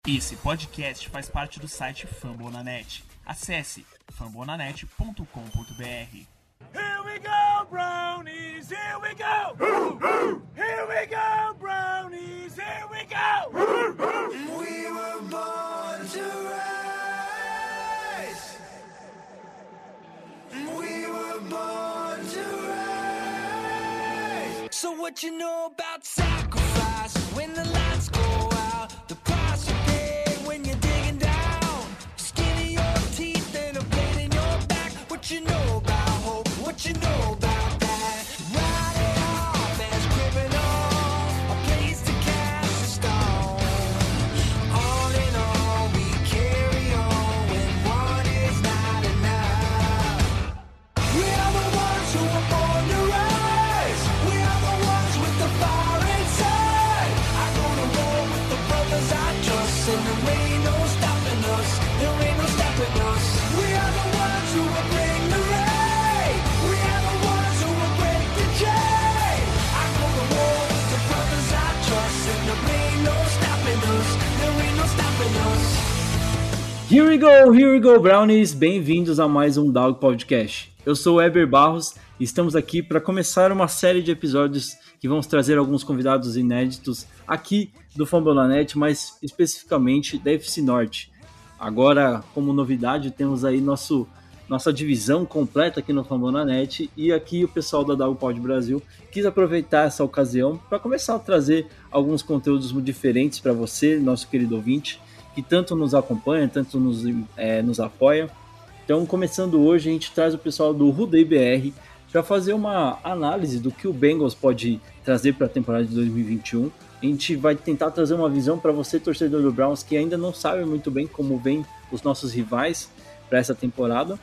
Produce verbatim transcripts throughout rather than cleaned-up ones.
Esse podcast faz parte do site Fambonanet. Acesse fambonanet ponto com ponto b r. Here we go, brownies, here we go! Here we go, brownies, here we go! We were born to rise. We were born to rise. So what you know about sacrifice when the lights go out? The price you pay when you're digging down. Skin in your teeth and a blade in your back. What you know about hope? What you know about that? Write it off as criminal, a place to cast a stone. All in all, we carry on when one is not enough. We are the ones who were born to rise. We are the ones with the fire inside. I go to war with the brothers I trust, and there ain't no stopping us. There ain't no stopping us. We are the ones who will bring the rain. We are the ones who will break the chain. I go to war with the brothers I trust, and there ain't no stopping us. There ain't no stopping us. Here we go, here we go, Brownies! Bem-vindos a mais um Dog Podcast. Eu sou o Eber Barros e estamos aqui para começar uma série de episódios que vamos trazer alguns convidados inéditos aqui do Fambonanet, mas especificamente da F C Norte. Agora, como novidade, temos aí nosso, nossa divisão completa aqui no Fambonanet e aqui o pessoal da Dog Pod Brasil quis aproveitar essa ocasião para começar a trazer alguns conteúdos diferentes para você, nosso querido ouvinte, que tanto nos acompanha, tanto nos, é, nos apoia. Então, começando hoje, a gente traz o pessoal do Rudei B R para fazer uma análise do que o Bengals pode trazer para a temporada de dois mil e vinte e um. A gente vai tentar trazer uma visão para você, torcedor do Browns, que ainda não sabe muito bem como vem os nossos rivais para essa temporada.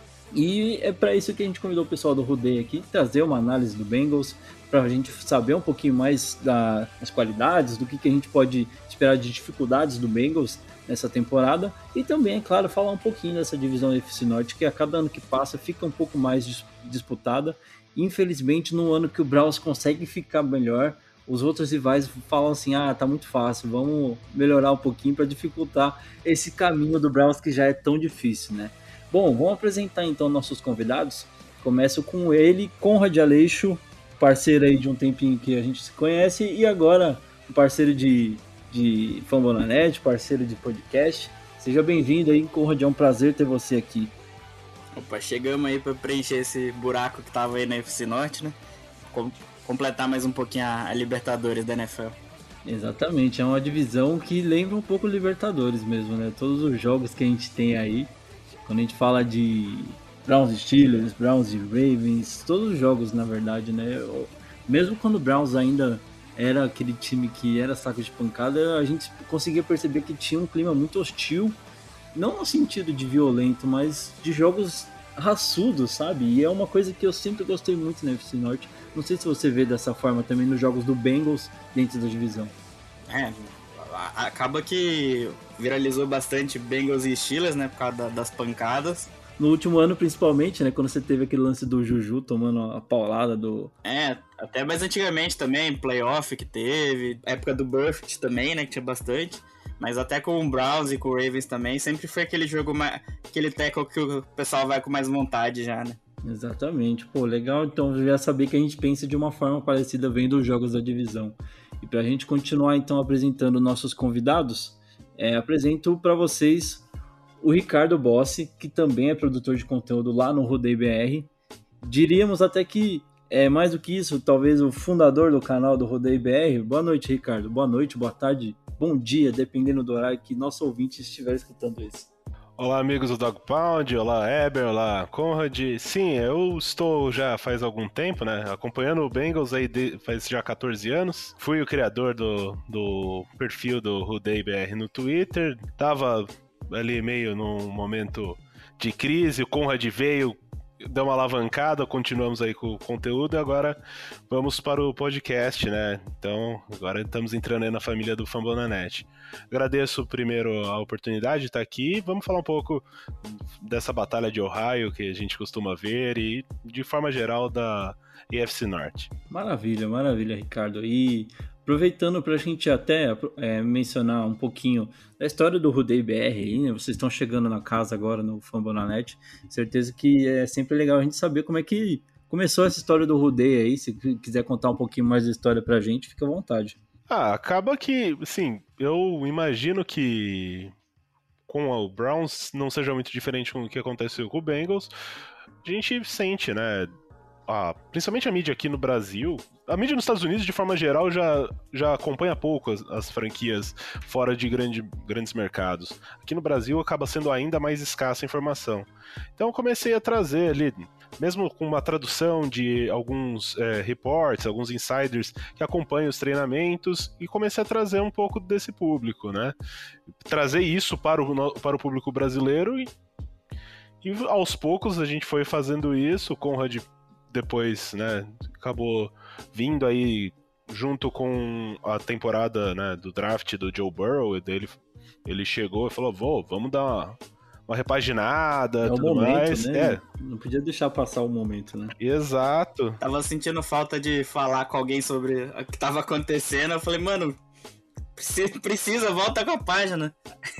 E é para isso que a gente convidou o pessoal do Rudei aqui, trazer uma análise do Bengals, para a gente saber um pouquinho mais da, das qualidades, do que, que a gente pode esperar de dificuldades do Bengals nessa temporada, e também, é claro, falar um pouquinho dessa divisão da F C Norte, que a cada ano que passa fica um pouco mais dis- disputada. Infelizmente, no ano que o Browns consegue ficar melhor, os outros rivais falam assim, ah, tá muito fácil, vamos melhorar um pouquinho para dificultar esse caminho do Browns que já é tão difícil, né? Bom, vamos apresentar então nossos convidados. Começo com ele, Conrad Aleixo, parceiro aí de um tempinho que a gente se conhece, e agora um parceiro de, de Fambonanet, parceiro de podcast. Seja bem-vindo aí, Conrad, é um prazer ter você aqui. Opa, chegamos aí para preencher esse buraco que tava aí na F C Norte, né? Com- completar mais um pouquinho a, a Libertadores da N F L. Exatamente, é uma divisão que lembra um pouco Libertadores mesmo, né? Todos os jogos que a gente tem aí, quando a gente fala de Browns e Steelers, Browns e Ravens, todos os jogos, na verdade, né? Mesmo quando o Browns ainda era aquele time que era saco de pancada, a gente conseguia perceber que tinha um clima muito hostil, não no sentido de violento, mas de jogos raçudos, sabe? E é uma coisa que eu sempre gostei muito na F C Norte. Não sei se você vê dessa forma também nos jogos do Bengals dentro da divisão. É, acaba que viralizou bastante Bengals e Steelers, né? Por causa da, das pancadas. No último ano, principalmente, né? Quando você teve aquele lance do Juju tomando a paulada do... É, até mais antigamente também, playoff que teve, época do Buffett também, né? Que tinha bastante. Mas até com o Browns e com o Ravens também, sempre foi aquele jogo, mais, aquele tackle que o pessoal vai com mais vontade já, né? Exatamente. Pô, legal então já saber que a gente pensa de uma forma parecida vendo os jogos da divisão. E pra gente continuar então apresentando nossos convidados, é, apresento para vocês o Ricardo Bossi, que também é produtor de conteúdo lá no Rudei B R. Diríamos até que é mais do que isso, talvez o fundador do canal do Rudei B R. Boa noite, Ricardo. Boa noite, boa tarde, bom dia, dependendo do horário que nosso ouvinte estiver escutando isso. Olá, amigos do Dog Pound, olá, Eber, olá, Conrad. Sim, eu estou já faz algum tempo, né, acompanhando o Bengals aí de, faz já catorze anos. Fui o criador do, do perfil do Rudei B R no Twitter. Tava ali meio num momento de crise, o Conrad veio, deu uma alavancada, continuamos aí com o conteúdo e agora vamos para o podcast, né? Então, agora estamos entrando aí na família do Fambonanet. Agradeço primeiro a oportunidade de estar aqui. Vamos falar um pouco dessa batalha de Ohio que a gente costuma ver e, de forma geral, da A F C Norte. Maravilha, maravilha, Ricardo. E Aproveitando para a gente até é, mencionar um pouquinho da história do Rudei B R aí, né? Vocês estão chegando na casa agora no Fambonanet, certeza que é sempre legal a gente saber como é que começou essa história do Rudei aí. Se quiser contar um pouquinho mais da história pra gente, fica à vontade. Ah, acaba que, assim, eu imagino que com o Browns não seja muito diferente com o que aconteceu com o Bengals. A gente sente, né? Ah, principalmente a mídia aqui no Brasil, a mídia nos Estados Unidos, de forma geral, já, já acompanha pouco as, as franquias fora de grande, grandes mercados. Aqui no Brasil acaba sendo ainda mais escassa a informação. Então eu comecei a trazer ali, mesmo com uma tradução de alguns é, reports, alguns insiders que acompanham os treinamentos, e comecei a trazer um pouco desse público, né? Trazer isso para o, para o público brasileiro e, e aos poucos a gente foi fazendo isso. O Conrad depois, né, acabou vindo aí junto com a temporada, né, do draft do Joe Burrow, e dele, ele chegou e falou, vou, vamos dar uma, uma repaginada, é o tudo momento, mais. Né? É. Não podia deixar passar o momento, né? Exato. Tava sentindo falta de falar com alguém sobre o que tava acontecendo. Eu falei, mano, precisa, precisa volta com a página.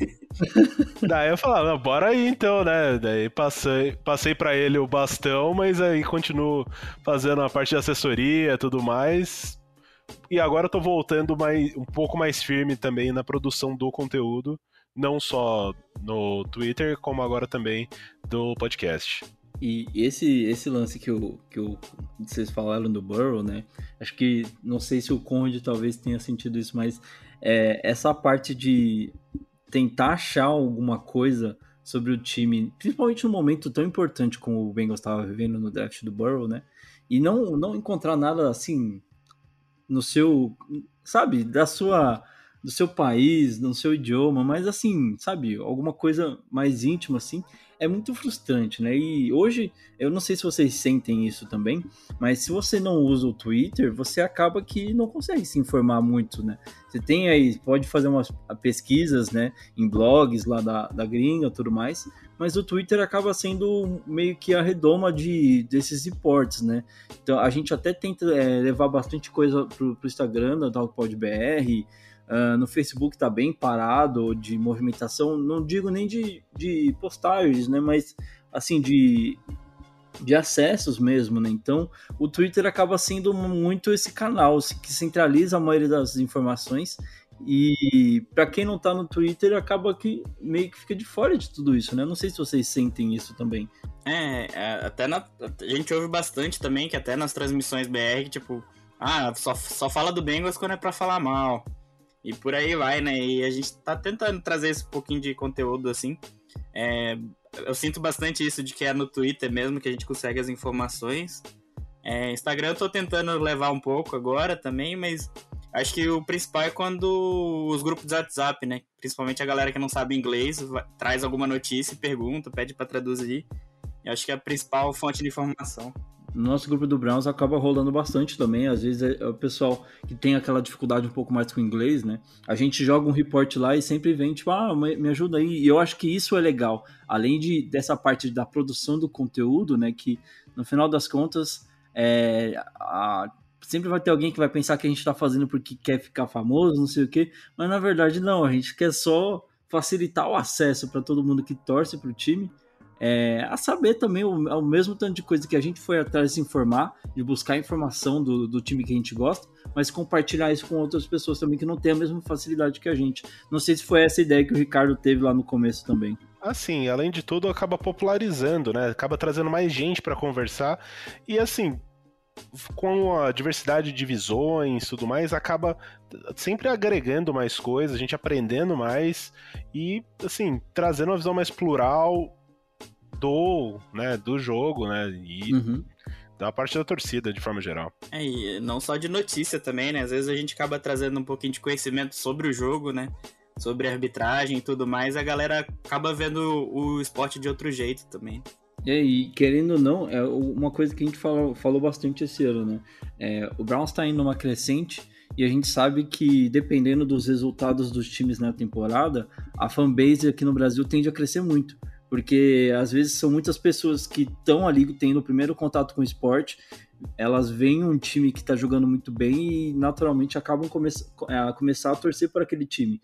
Daí eu falava, bora aí então, né? Daí passei, passei pra ele o bastão, mas aí continuo fazendo a parte de assessoria e tudo mais. E agora eu tô voltando mais, um pouco mais firme também na produção do conteúdo, não só no Twitter, como agora também do podcast. E esse, esse lance que, eu, que eu, vocês falaram do Burrow, né? Acho que, não sei se o Conde talvez tenha sentido isso, mas é, essa parte de tentar achar alguma coisa sobre o time, principalmente num momento tão importante como o Bengals estava vivendo no draft do Burrow, né? E não, não encontrar nada assim no seu, sabe, da sua, do seu país, no seu idioma, mas assim, sabe, alguma coisa mais íntima assim, é muito frustrante, né? E hoje, eu não sei se vocês sentem isso também, mas se você não usa o Twitter, você acaba que não consegue se informar muito, né? Você tem aí, pode fazer umas pesquisas, né, em blogs lá da, da gringa e tudo mais, mas o Twitter acaba sendo meio que a redoma de, desses reports, né? Então, a gente até tenta é, levar bastante coisa pro, pro Instagram, da DogPodBR. Uh, no Facebook tá bem parado de movimentação, não digo nem de, de postagens, né, mas assim, de, de acessos mesmo, né, então o Twitter acaba sendo muito esse canal que centraliza a maioria das informações, e para quem não tá no Twitter acaba que meio que fica de fora de tudo isso, né, não sei se vocês sentem isso também. É, até na, a gente ouve bastante também, que até nas transmissões B R, tipo, ah, só, só fala do Bengals quando é pra falar mal. E por aí vai, né? E a gente tá tentando trazer esse pouquinho de conteúdo, assim. É, eu sinto bastante isso de que é no Twitter mesmo que a gente consegue as informações. É, Instagram eu tô tentando levar um pouco agora também, mas acho que o principal é quando os grupos de WhatsApp, né? Principalmente a galera que não sabe inglês, vai, traz alguma notícia e pergunta, pede pra traduzir. Eu acho que é a principal fonte de informação. No nosso grupo do Browns acaba rolando bastante também, às vezes é o pessoal que tem aquela dificuldade um pouco mais com o inglês, né? A gente joga um report lá e sempre vem, tipo, ah, me ajuda aí. E eu acho que isso é legal, além de, dessa parte da produção do conteúdo, né? Que no final das contas, é, a, sempre vai ter alguém que vai pensar que a gente tá fazendo porque quer ficar famoso, não sei o quê, mas na verdade não, a gente quer só facilitar o acesso para todo mundo que torce pro time. É, a saber também o, o mesmo tanto de coisa que a gente foi atrás de se informar, de buscar informação do, do time que a gente gosta, mas compartilhar isso com outras pessoas também que não têm a mesma facilidade que a gente. Não sei se foi essa ideia que o Ricardo teve lá no começo também. Assim, além de tudo, acaba popularizando, né? Acaba trazendo mais gente para conversar e, assim, com a diversidade de visões e tudo mais, acaba sempre agregando mais coisas, a gente aprendendo mais e, assim, trazendo uma visão mais plural do, né, do jogo, né, e uhum. da parte da torcida, de forma geral. É, e não só de notícia também, né, às vezes a gente acaba trazendo um pouquinho de conhecimento sobre o jogo, né, sobre a arbitragem e tudo mais, a galera acaba vendo o esporte de outro jeito também. E aí, querendo ou não, é uma coisa que a gente falou, falou bastante esse ano, né, é, o Browns tá indo numa crescente e a gente sabe que, dependendo dos resultados dos times na temporada, a fanbase aqui no Brasil tende a crescer muito. porque às vezes são muitas pessoas que estão ali tendo o primeiro contato com o esporte, elas veem um time que está jogando muito bem e naturalmente acabam come- a começar a torcer por aquele time.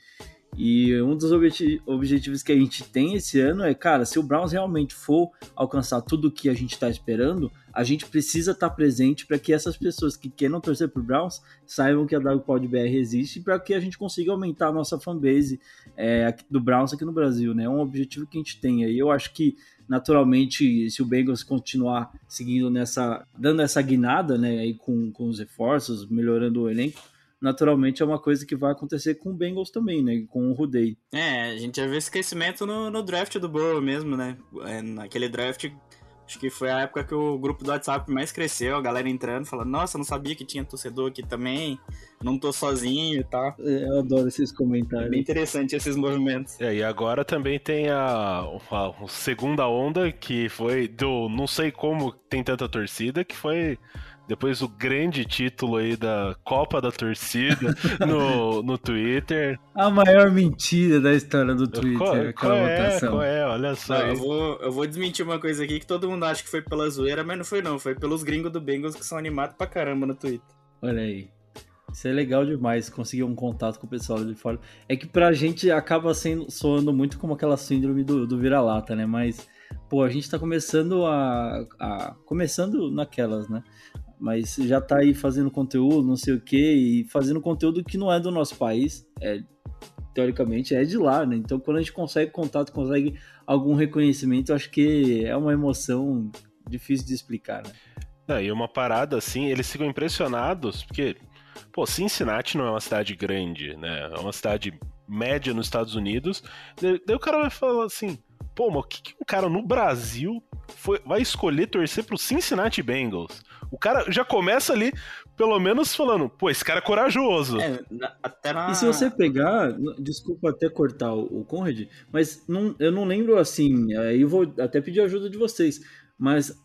E um dos objet- objetivos que a gente tem esse ano é, cara, se o Browns realmente for alcançar tudo o que a gente está esperando, a gente precisa estar presente para que essas pessoas que queiram torcer pro Browns saibam que a WPod B R existe, para que a gente consiga aumentar a nossa fanbase é, aqui do Browns aqui no Brasil, né? É um objetivo que a gente tem aí. Eu acho que, naturalmente, se o Bengals continuar seguindo nessa, dando essa guinada, né, aí com, com os reforços, melhorando o elenco, naturalmente é uma coisa que vai acontecer com o Bengals também, né? Com o Rudey. É, a gente já viu esse crescimento no, no draft do Burrow mesmo, né? É, naquele draft, acho que foi a época que o grupo do WhatsApp mais cresceu, a galera entrando, falando, nossa, não sabia que tinha torcedor aqui também, não tô sozinho e tal. Eu adoro esses comentários. É bem interessante esses movimentos. É, e agora também tem a, a, a segunda onda, que foi do não sei como tem tanta torcida, que foi depois o grande título aí da Copa da Torcida no, no Twitter. A maior mentira da história do Twitter, Qual, aquela qual é, votação. qual é? Olha só. Não, aí. eu, vou, eu vou desmentir uma coisa aqui que todo mundo acha que foi pela zoeira, mas não foi não, foi pelos gringos do Bengals que são animados pra caramba no Twitter. Olha aí. Isso é legal demais, conseguir um contato com o pessoal de fora. É que pra gente acaba sendo, soando muito como aquela síndrome do, do vira-lata, né? Mas, pô, a gente tá começando a, a... Começando naquelas, né? Mas já tá aí fazendo conteúdo, não sei o que, e fazendo conteúdo que não é do nosso país, é, teoricamente é de lá, né? Então quando a gente consegue contato, consegue algum reconhecimento, eu acho que é uma emoção difícil de explicar, né? É, e uma parada assim, eles ficam impressionados, porque, pô, Cincinnati não é uma cidade grande, né? É uma cidade média nos Estados Unidos. Daí, daí o cara vai falar assim, pô, mas o que, que um cara no Brasil foi, vai escolher torcer pro Cincinnati Bengals? O cara já começa ali, pelo menos falando, pô, esse cara é corajoso. É, na, até na... E se você pegar, desculpa até cortar o, o Conrad, mas não, eu não lembro assim, aí eu vou até pedir ajuda de vocês, mas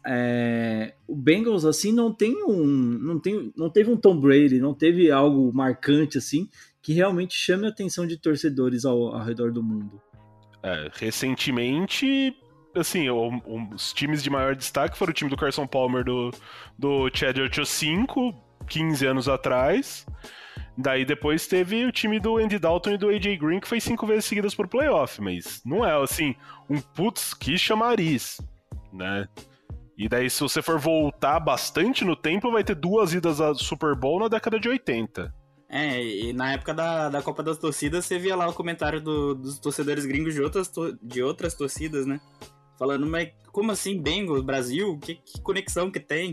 é, o Bengals assim não tem um, não tem, não teve um Tom Brady, não teve algo marcante assim que realmente chame a atenção de torcedores ao, ao redor do mundo. É, recentemente, assim, o, o, os times de maior destaque foram o time do Carson Palmer do, do Chad Ochocinco, quinze anos atrás. Daí depois teve o time do Andy Dalton e do A J Green, que foi cinco vezes seguidas por playoff, mas não é, assim, um putz, que chamariz, né? E daí, se você for voltar bastante no tempo, vai ter duas idas a Super Bowl na década de oitenta. É, e na época da, da Copa das Torcidas, você via lá o comentário do, dos torcedores gringos de outras, to, de outras torcidas, né? Falando, mas como assim, Bengals, Brasil? Que, que conexão que tem?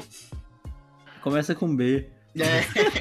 Começa com B. É.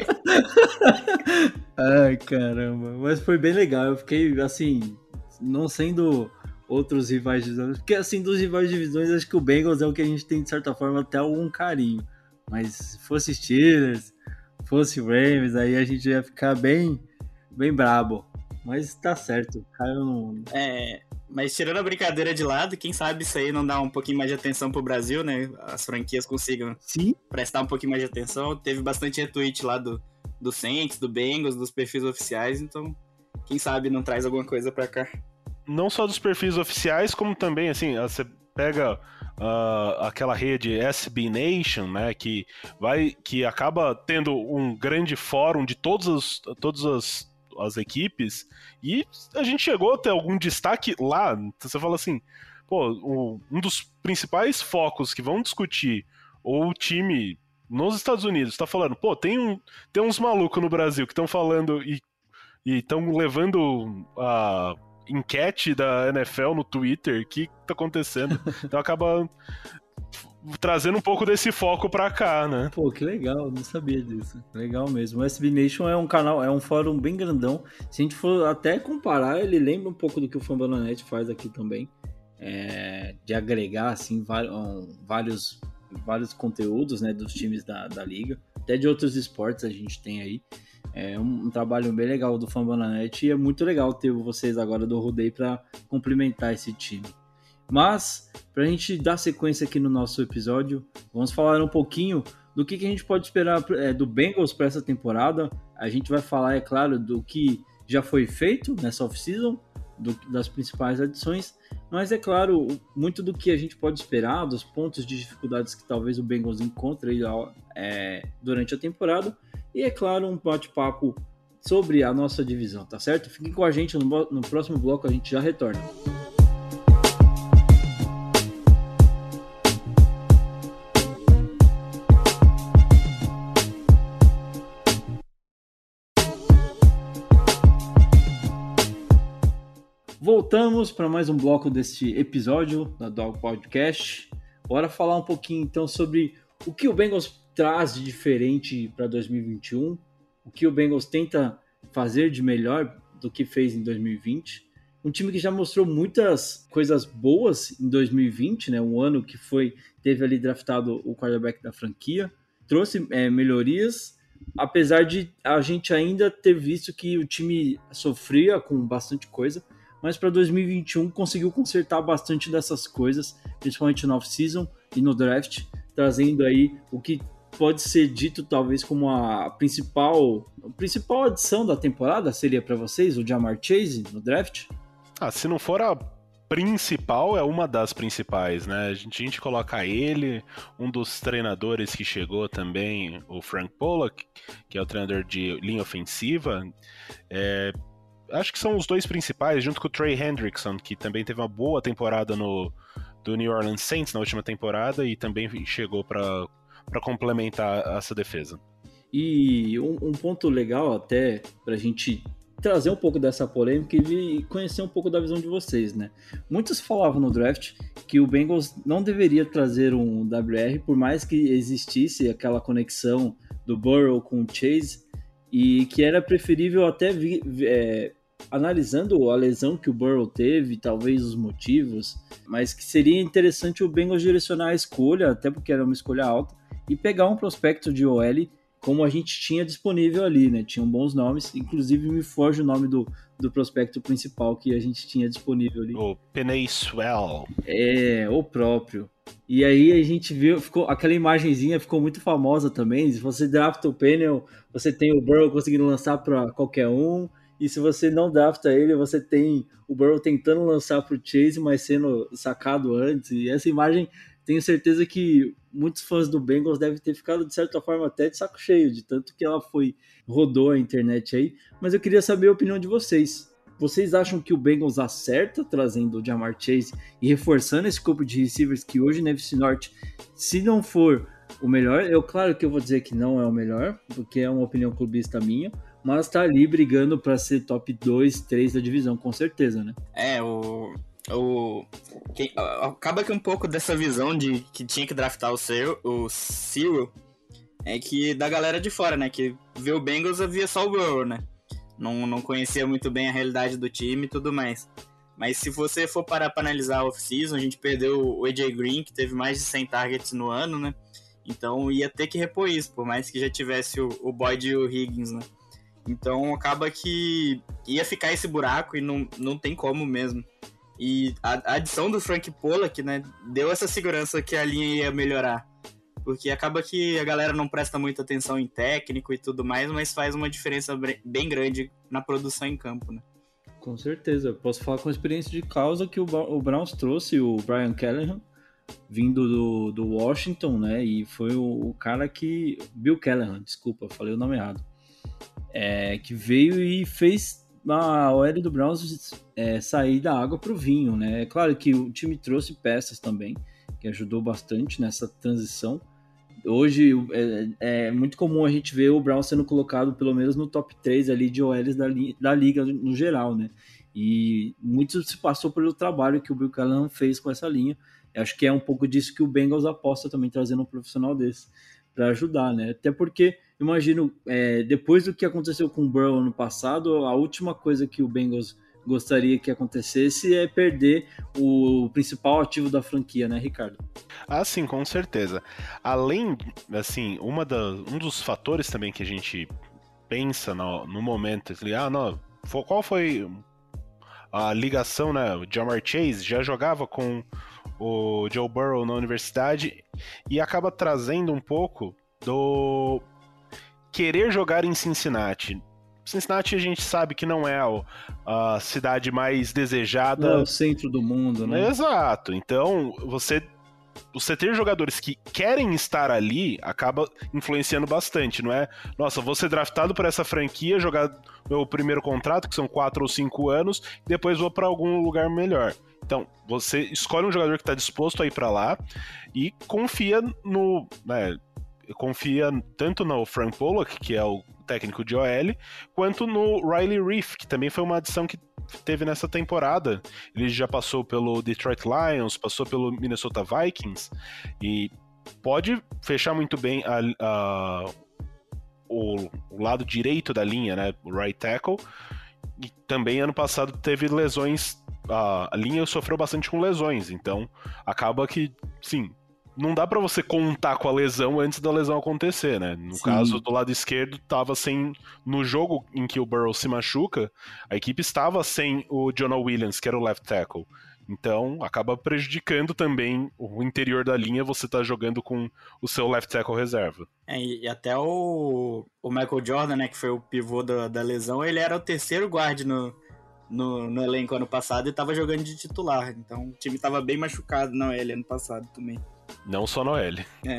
Ai, caramba. Mas foi bem legal. Eu fiquei, assim, não sendo outros rivais de divisões, porque, assim, dos rivais de divisões, acho que o Bengals é o que a gente tem, de certa forma, até algum carinho. Mas se fosse Steelers, fosse Ravens, aí a gente ia ficar bem, bem brabo. Mas tá certo. Cara, eu não... É, mas tirando a brincadeira de lado, quem sabe isso aí não dá um pouquinho mais de atenção pro Brasil, né? As franquias consigam Sim. prestar um pouquinho mais de atenção. Teve bastante retweet lá do, do Saints, do Bengals, dos perfis oficiais, então quem sabe não traz alguma coisa pra cá. Não só dos perfis oficiais, como também, assim, você pega uh, aquela rede S B Nation, né, que, vai, que acaba tendo um grande fórum de todas as, todas as, as equipes, e a gente chegou a ter algum destaque lá. Então você fala assim, pô, o, um dos principais focos que vão discutir ou o time nos Estados Unidos tá falando, pô, tem, um, tem uns malucos no Brasil que estão falando e estão levando a enquete da N F L no Twitter, o que tá acontecendo? Então acaba trazendo um pouco desse foco pra cá, né? Pô, que legal, não sabia disso. Legal mesmo. O S B Nation é um canal, é um fórum bem grandão. Se a gente for até comparar, ele lembra um pouco do que o Fambonanet faz aqui também. É, de agregar, assim, vários, vários conteúdos, né, dos times da, da liga. Até de outros esportes a gente tem aí. É um, um trabalho bem legal do Fambonanet e é muito legal ter vocês agora do Rudey para complementar esse time. Mas, para a gente dar sequência aqui no nosso episódio, vamos falar um pouquinho do que, que a gente pode esperar é, do Bengals para essa temporada. A gente vai falar, é claro, do que já foi feito nessa off-season, do, das principais adições, mas é claro, muito do que a gente pode esperar, dos pontos de dificuldades que talvez o Bengals encontre é, durante a temporada, e é claro, um bate-papo sobre a nossa divisão, tá certo? Fiquem com a gente, no, no próximo bloco a gente já retorna. Voltamos para mais um bloco deste episódio da Dog Podcast. Bora falar um pouquinho então sobre o que o Bengals traz de diferente para dois mil e vinte e um, o que o Bengals tenta fazer de melhor do que fez em dois mil e vinte. Um time que já mostrou muitas coisas boas em dois mil e vinte, né? Um ano que foi teve ali draftado o quarterback da franquia, trouxe é, melhorias, apesar de a gente ainda ter visto que o time sofria com bastante coisa. Mas para dois mil e vinte e um conseguiu consertar bastante dessas coisas, principalmente no off-season e no draft, trazendo aí o que pode ser dito talvez como a principal, a principal adição da temporada, seria para vocês, o Ja'Marr Chase no draft? Ah, se não for a principal, é uma das principais, né? A gente, a gente coloca ele, um dos treinadores que chegou também, o Frank Pollock, que é o treinador de linha ofensiva, é... acho que são os dois principais, junto com o Trey Hendrickson, que também teve uma boa temporada no do New Orleans Saints na última temporada e também chegou para complementar essa defesa. E um, um ponto legal até para a gente trazer um pouco dessa polêmica e conhecer um pouco da visão de vocês, né? Muitos falavam no draft que o Bengals não deveria trazer um W R, por mais que existisse aquela conexão do Burrow com o Chase, e que era preferível até vi, é, analisando a lesão que o Burrow teve, talvez os motivos, mas que seria interessante o Bengals direcionar a escolha, até porque era uma escolha alta, e pegar um prospecto de O L como a gente tinha disponível ali, né? Tinham bons nomes, inclusive me foge o nome do, do prospecto principal que a gente tinha disponível ali. O Penei Sewell. É, o próprio. E aí a gente viu, ficou, aquela imagenzinha ficou muito famosa também. Se você drafta o Pennell, você tem o Burrow conseguindo lançar para qualquer um. E se você não drafta ele, você tem o Burrow tentando lançar para o Chase, mas sendo sacado antes. E essa imagem, tenho certeza que muitos fãs do Bengals devem ter ficado, de certa forma, até de saco cheio, de tanto que ela foi, rodou a internet aí. Mas eu queria saber a opinião de vocês. Vocês acham que o Bengals acerta trazendo o Ja'Marr Chase e reforçando esse corpo de receivers que hoje na N F C Norte, se não for o melhor, eu claro que eu vou dizer que não é o melhor, porque é uma opinião clubista minha, mas tá ali brigando para ser top dois, três da divisão, com certeza, né? É, o... o que, acaba que um pouco dessa visão de que tinha que draftar o Cyril, o Cyril é que da galera de fora, né? Que vê o Bengals via só o Burrow, né? Não, não conhecia muito bem a realidade do time e tudo mais. Mas se você for parar para analisar a off-season, a gente perdeu o A J Green, que teve mais de cem targets no ano, né? Então ia ter que repor isso, por mais que já tivesse o, o Boyd e o Higgins, né? Então acaba que ia ficar esse buraco e não, não tem como mesmo. E a, a adição do Frank Pollock, né, deu essa segurança que a linha ia melhorar. Porque acaba que a galera não presta muita atenção em técnico e tudo mais, mas faz uma diferença bem grande na produção em campo, né? Com certeza. Posso falar com experiência de causa que o, o Browns trouxe o Brian Callahan, vindo do, do Washington, né? E foi o, o cara que... Bill Callahan, desculpa, falei o nome errado. É, que veio e fez a O L do Browns é, sair da água para o vinho, né? É claro que o time trouxe peças também, que ajudou bastante nessa transição. Hoje é, é muito comum a gente ver o Browns sendo colocado pelo menos no top três ali de O Ls da, li, da liga no geral, né? E muito se passou pelo trabalho que o Bill Callahan fez com essa linha. Eu acho que é um pouco disso que o Bengals aposta também, trazendo um profissional desse para ajudar, né? Até porque, imagino, é, depois do que aconteceu com o Burrow ano passado, a última coisa que o Bengals gostaria que acontecesse é perder o principal ativo da franquia, né, Ricardo? Ah, sim, com certeza. Além, assim, uma da, um dos fatores também que a gente pensa no, no momento, assim, ah, não, qual foi a ligação, né? O Ja'Marr Chase já jogava com o Joe Burrow na universidade e acaba trazendo um pouco do querer jogar em Cincinnati. Cincinnati a gente sabe que não é a, a cidade mais desejada. Não é o centro do mundo, né? Exato. Então, você, você ter jogadores que querem estar ali acaba influenciando bastante, não é? Nossa, vou ser draftado por essa franquia, jogar meu primeiro contrato, que são quatro ou cinco anos, e depois vou para algum lugar melhor. Então, você escolhe um jogador que está disposto a ir para lá e confia no... Né, confia tanto no Frank Pollock, que é o técnico de O L, quanto no Riley Reef, que também foi uma adição que teve nessa temporada. Ele já passou pelo Detroit Lions, passou pelo Minnesota Vikings, e pode fechar muito bem a, a, o, o lado direito da linha, né, o right tackle, e também ano passado teve lesões, a, a linha sofreu bastante com lesões, então acaba que, sim, não dá pra você contar com a lesão antes da lesão acontecer, né? No Sim. caso, do lado esquerdo, tava sem... No jogo em que o Burrow se machuca, a equipe estava sem o Jonah Williams, que era o left tackle. Então, acaba prejudicando também o interior da linha, você tá jogando com o seu left tackle reserva. É, e até o, o Michael Jordan, né, que foi o pivô da, da lesão, ele era o terceiro guard no, no, no elenco ano passado e tava jogando de titular. Então, o time tava bem machucado na O L ano passado também. Não só no L. É.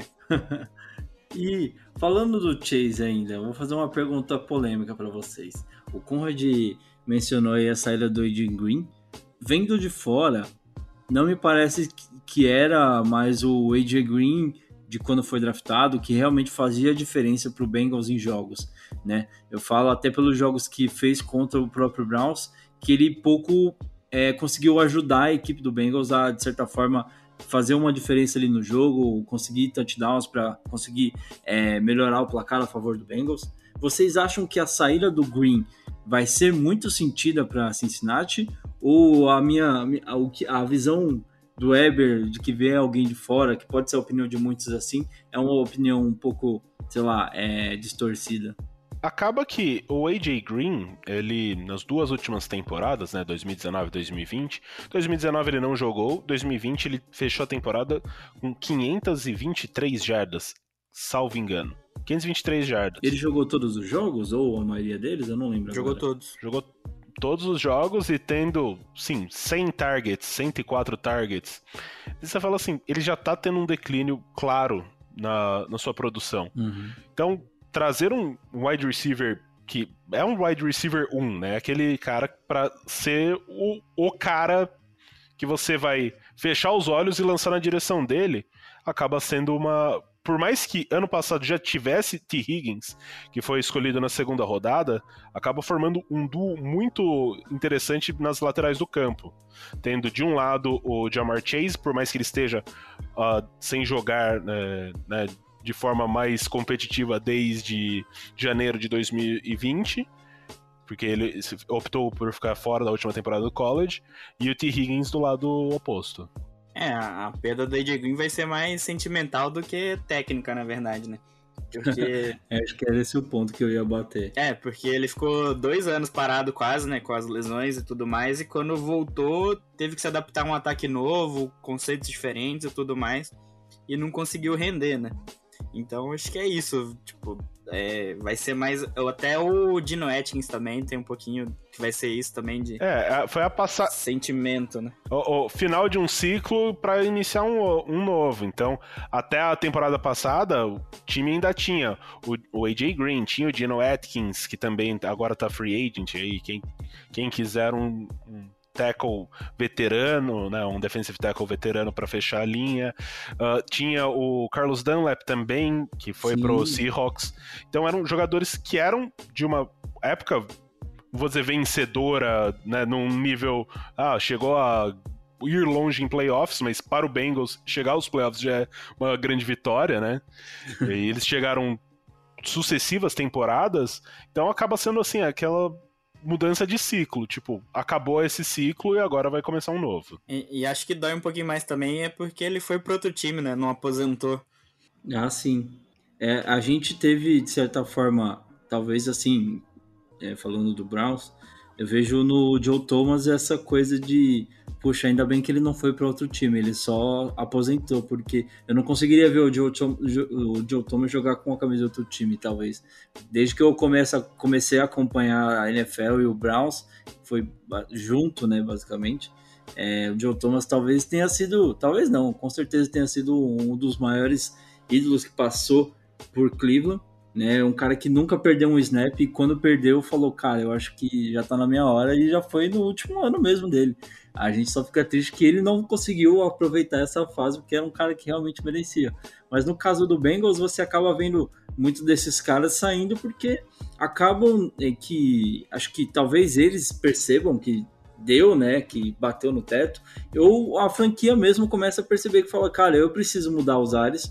E falando do Chase ainda, eu vou fazer uma pergunta polêmica para vocês. O Conrad mencionou aí a saída do A J Green. Vendo de fora, não me parece que era mais o A J Green de quando foi draftado que realmente fazia diferença para o Bengals em jogos, né? Eu falo até pelos jogos que fez contra o próprio Browns, que ele pouco é, conseguiu ajudar a equipe do Bengals a, de certa forma, fazer uma diferença ali no jogo, conseguir touchdowns para conseguir é, melhorar o placar a favor do Bengals. Vocês acham que a saída do Green vai ser muito sentida para Cincinnati? Ou a minha a, a visão do Eber de que vê alguém de fora, que pode ser a opinião de muitos assim, é uma opinião um pouco, sei lá, é, distorcida? Acaba que o A J Green, ele, nas duas últimas temporadas, né, dois mil e dezenove e dois mil e vinte, dois mil e dezenove ele não jogou, dois mil e vinte ele fechou a temporada com quinhentas e vinte e três jardas, salvo engano. quinhentas e vinte e três jardas. Ele jogou todos os jogos, ou a maioria deles? Eu não lembro Jogou agora. todos. Jogou todos os jogos e tendo, sim, cem targets, cento e quatro targets. E você fala assim, ele já tá tendo um declínio claro na, na sua produção. Uhum. Então, trazer um wide receiver que é um wide receiver um, né? Aquele cara pra ser o, o cara que você vai fechar os olhos e lançar na direção dele, acaba sendo uma... Por mais que ano passado já tivesse T. Higgins, que foi escolhido na segunda rodada, acaba formando um duo muito interessante nas laterais do campo. Tendo de um lado o Ja'Marr Chase, por mais que ele esteja uh, sem jogar, né, né, de forma mais competitiva desde janeiro de dois mil e vinte, porque ele optou por ficar fora da última temporada do college, e o T. Higgins do lado oposto. É, a perda do A J Green vai ser mais sentimental do que técnica, na verdade, né? Porque... é, acho que era esse o ponto que eu ia bater. É, porque ele ficou dois anos parado quase, né, com as lesões e tudo mais, e quando voltou, teve que se adaptar a um ataque novo, conceitos diferentes e tudo mais, e não conseguiu render, né? Então, acho que é isso, tipo, é, vai ser mais... Até o Dino Atkins também tem um pouquinho que vai ser isso também de... É, foi a passar... sentimento, né? O, o final de um ciclo para iniciar um, um novo. Então, até a temporada passada, o time ainda tinha o, o A J Green, tinha o Dino Atkins, que também agora tá free agent aí, quem, quem quiser um... um tackle veterano, né, um defensive tackle veterano para fechar a linha. Uh, tinha o Carlos Dunlap também, que foi Sim. pro Seahawks. Então eram jogadores que eram de uma época, vou dizer, vencedora, né, num nível... Ah, chegou a ir longe em playoffs, mas para o Bengals, chegar aos playoffs já é uma grande vitória, né? E eles chegaram sucessivas temporadas, então acaba sendo assim, aquela... mudança de ciclo, tipo, acabou esse ciclo e agora vai começar um novo. E, e acho que dói um pouquinho mais também é porque ele foi pro outro time, né? Não aposentou. Ah, sim. É, a gente teve, de certa forma, talvez assim, é, falando do Browns, Eu vejo no Joe Thomas essa coisa de, puxa, ainda bem que ele não foi para outro time, ele só aposentou, porque eu não conseguiria ver o Joe, o Joe Thomas jogar com a camisa de outro time, talvez. Desde que eu comece, comecei a acompanhar a N F L e o Browns, foi junto, né, basicamente, é, o Joe Thomas talvez tenha sido, talvez não, com certeza tenha sido um dos maiores ídolos que passou por Cleveland, né, um cara que nunca perdeu um snap e quando perdeu falou, cara, eu acho que já tá na minha hora e já foi no último ano mesmo dele. A gente só fica triste que ele não conseguiu aproveitar essa fase porque era um cara que realmente merecia. Mas no caso do Bengals, você acaba vendo muitos desses caras saindo porque acabam é, que, acho que talvez eles percebam que deu, né, que bateu no teto, ou a franquia mesmo começa a perceber que fala, cara, eu preciso mudar os ares,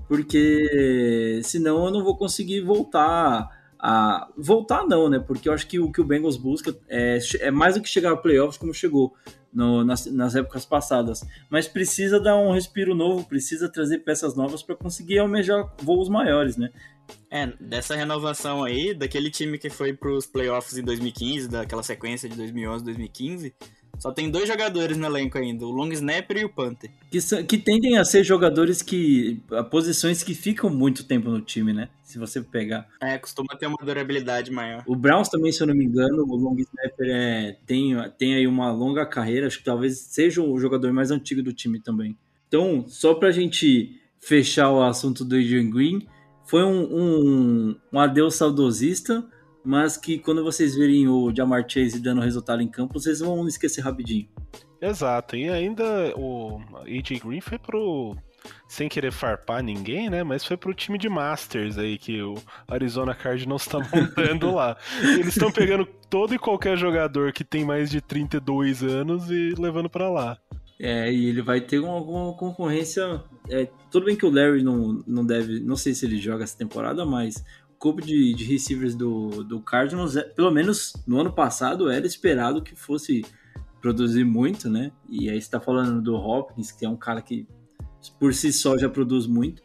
porque senão eu não vou conseguir voltar a... Voltar não, né? Porque eu acho que o que o Bengals busca é, é mais do que chegar a playoffs como chegou no, nas, nas épocas passadas. Mas precisa dar um respiro novo, precisa trazer peças novas para conseguir almejar voos maiores, né? É, dessa renovação aí, daquele time que foi pros playoffs em dois mil e quinze, daquela sequência de dois mil e onze, dois mil e quinze... Só tem dois jogadores no elenco ainda, o long snapper e o punter. Que, são, que tendem a ser jogadores que... posições que ficam muito tempo no time, né? Se você pegar. É, costuma ter uma durabilidade maior. O Browns também, se eu não me engano, o long snapper é, tem, tem aí uma longa carreira, acho que talvez seja o jogador mais antigo do time também. Então, só pra gente fechar o assunto do Adrian Green, foi um, um, um adeus saudosista, mas que quando vocês verem o Ja'Marr Chase dando resultado em campo, vocês vão esquecer rapidinho. Exato, e ainda o A J Green foi pro, sem querer farpar ninguém, né, mas foi pro time de Masters aí que o Arizona Cardinals tá montando lá. Eles estão pegando todo e qualquer jogador que tem mais de trinta e dois anos e levando pra lá. É, e ele vai ter uma, uma concorrência, é, tudo bem que o Larry não, não deve, não sei se ele joga essa temporada, mas corpo de, de receivers do, do Cardinals, é, pelo menos no ano passado, era esperado que fosse produzir muito, né? E aí você tá falando do Hopkins, que é um cara que por si só já produz muito.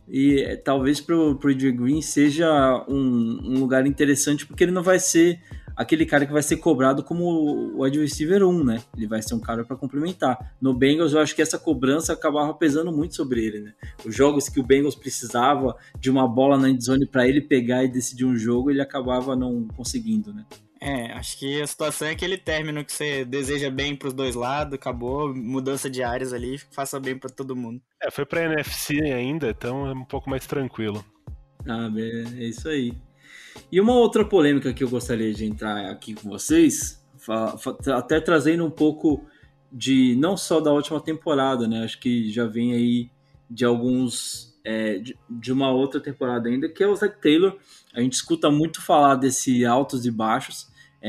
E é, talvez pro, pro Adrian Green seja um, um lugar interessante, porque ele não vai ser aquele cara que vai ser cobrado como o wide receiver um, né? Ele vai ser um cara para complementar. No Bengals, eu acho que essa cobrança acabava pesando muito sobre ele, né? Os jogos que o Bengals precisava de uma bola na endzone para ele pegar e decidir um jogo, ele acabava não conseguindo, né? É, acho que a situação é aquele término que você deseja bem pros dois lados, acabou, mudança de áreas ali, faça bem para todo mundo. É, foi pra N F C ainda, então é um pouco mais tranquilo. Ah, é isso aí. E uma outra polêmica que eu gostaria de entrar aqui com vocês, até trazendo um pouco de, não só da última temporada, né? Acho que já vem aí de alguns, é, de, de uma outra temporada ainda, que é o Zac Taylor. A gente escuta muito falar desse altos e baixos.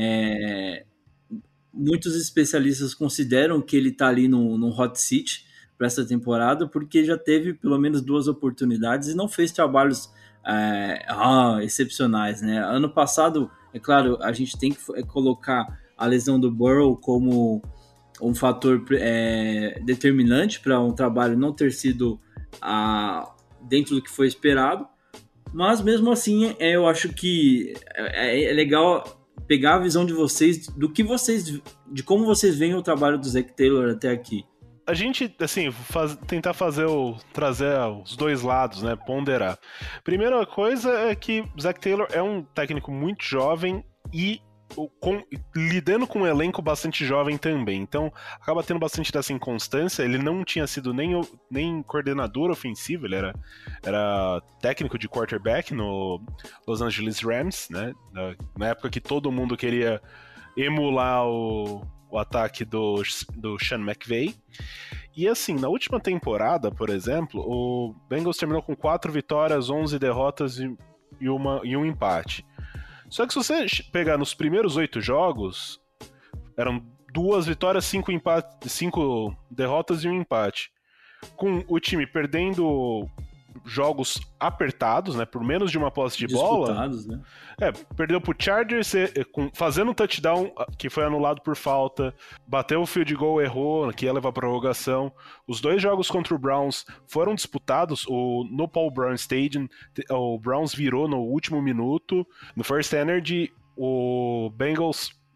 É, muitos especialistas consideram que ele está ali no, no hot seat para essa temporada, porque já teve pelo menos duas oportunidades e não fez trabalhos É, ah, excepcionais, né? Ano passado, é claro, a gente tem que colocar a lesão do Burrow como um fator é, determinante para um trabalho não ter sido ah, dentro do que foi esperado, mas mesmo assim, é, eu acho que é, é legal pegar a visão de vocês, do que vocês, de como vocês veem o trabalho do Zac Taylor até aqui. A gente, assim, faz, tentar fazer o... trazer os dois lados, né? Ponderar. Primeira coisa é que o Zac Taylor é um técnico muito jovem e com, lidando com um elenco bastante jovem também. Então, acaba tendo bastante dessa inconstância. Ele não tinha sido nem, nem coordenador ofensivo, ele era, era técnico de quarterback no Los Angeles Rams, né? Na, na época que todo mundo queria emular o... o ataque do, do Sean McVay. E assim, na última temporada, por exemplo, o Bengals terminou com quatro vitórias, onze derrotas e, e, uma, e um empate. Só que se você pegar nos primeiros oito jogos, eram duas vitórias, cinco, empate, cinco derrotas e um empate. Com o time perdendo jogos apertados, né, por menos de uma posse de bola. Né? É, perdeu pro Chargers fazendo um touchdown que foi anulado por falta, bateu o field goal, errou, que ia levar pra prorrogação. Os dois jogos contra o Browns foram disputados, o, no Paul Brown Stadium, o Browns virou no último minuto. No First Energy, o Bengals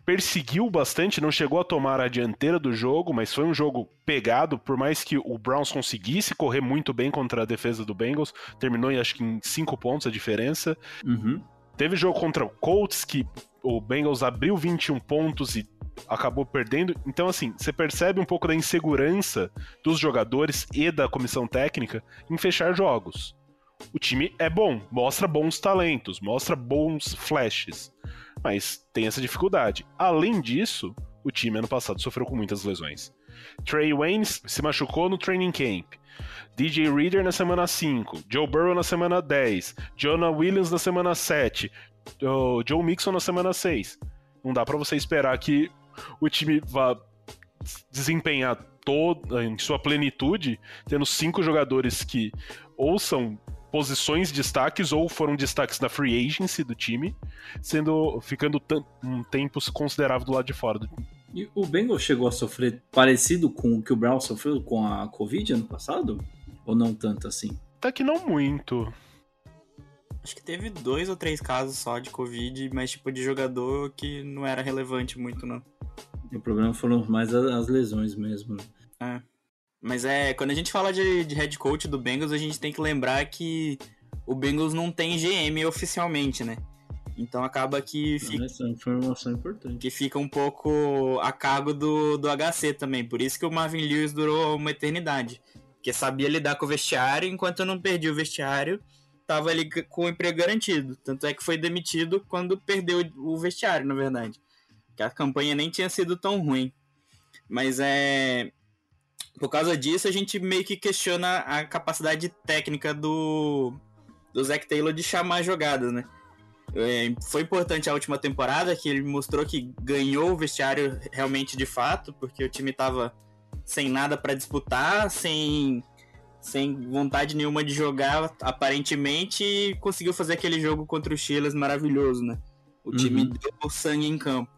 perseguiu bastante, não chegou a tomar a dianteira do jogo, mas foi um jogo pegado, por mais que o Browns conseguisse correr muito bem contra a defesa do Bengals, terminou acho que em cinco pontos a diferença. Uhum. Teve jogo contra o Colts, que o Bengals abriu vinte e um pontos e acabou perdendo. Então, assim, você percebe um pouco da insegurança dos jogadores e da comissão técnica em fechar jogos. O time é bom, mostra bons talentos, mostra bons flashes, mas tem essa dificuldade. Além disso, o time ano passado sofreu com muitas lesões. Trey Wayne se machucou no training camp. D J Reader na semana cinco, Joe Burrow na semana dez, Jonah Williams na semana sete, Joe Mixon na semana seis. Não dá pra você esperar que o time vá desempenhar todo, em sua plenitude, tendo cinco jogadores que ou são posições destaques ou foram destaques na free agency do time, sendo ficando um tempo considerável do lado de fora do time. E o Bengals chegou a sofrer parecido com o que o Brown sofreu com a Covid ano passado? Ou não tanto assim? Até que não muito. Acho que teve dois ou três casos só de Covid, mas tipo de jogador que não era relevante muito, não. O problema foram mais as lesões mesmo. É. Mas é, quando a gente fala de, de head coach do Bengals, a gente tem que lembrar que o Bengals não tem G M oficialmente, né? Então acaba que fica, essa é uma informação importante. Que fica um pouco a cargo do, do H C também. Por isso que o Marvin Lewis durou uma eternidade. Porque sabia lidar com o vestiário, enquanto eu não perdi o vestiário, tava ali com o emprego garantido. Tanto é que foi demitido quando perdeu o vestiário, na verdade. Que a campanha nem tinha sido tão ruim. Mas é... Por causa disso, a gente meio que questiona a capacidade técnica do, do Zac Taylor de chamar jogadas, né? É, foi importante a última temporada, que ele mostrou que ganhou o vestiário realmente de fato, porque o time tava sem nada para disputar, sem, sem vontade nenhuma de jogar, aparentemente, e conseguiu fazer aquele jogo contra o Steelers maravilhoso, né? O uhum. time deu sangue em campo.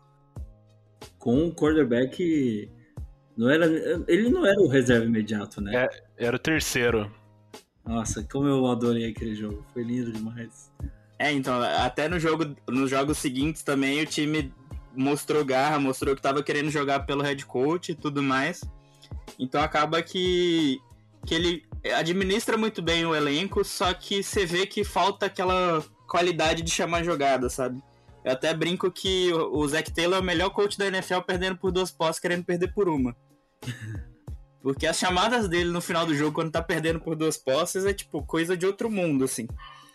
Com um quarterback... Não era, ele não era o reserva imediato, né? É, era o terceiro. Nossa, como eu adorei aquele jogo. Foi lindo demais. É, então, até no jogo, nos jogos seguintes também o time mostrou garra, mostrou que tava querendo jogar pelo head coach e tudo mais. Então acaba que, que ele administra muito bem o elenco, só que você vê que falta aquela qualidade de chamar jogada, sabe? Eu até brinco que o Zac Taylor é o melhor coach da N F L perdendo por duas posses, querendo perder por uma. Porque as chamadas dele no final do jogo, quando tá perdendo por duas posses, é tipo coisa de outro mundo, assim.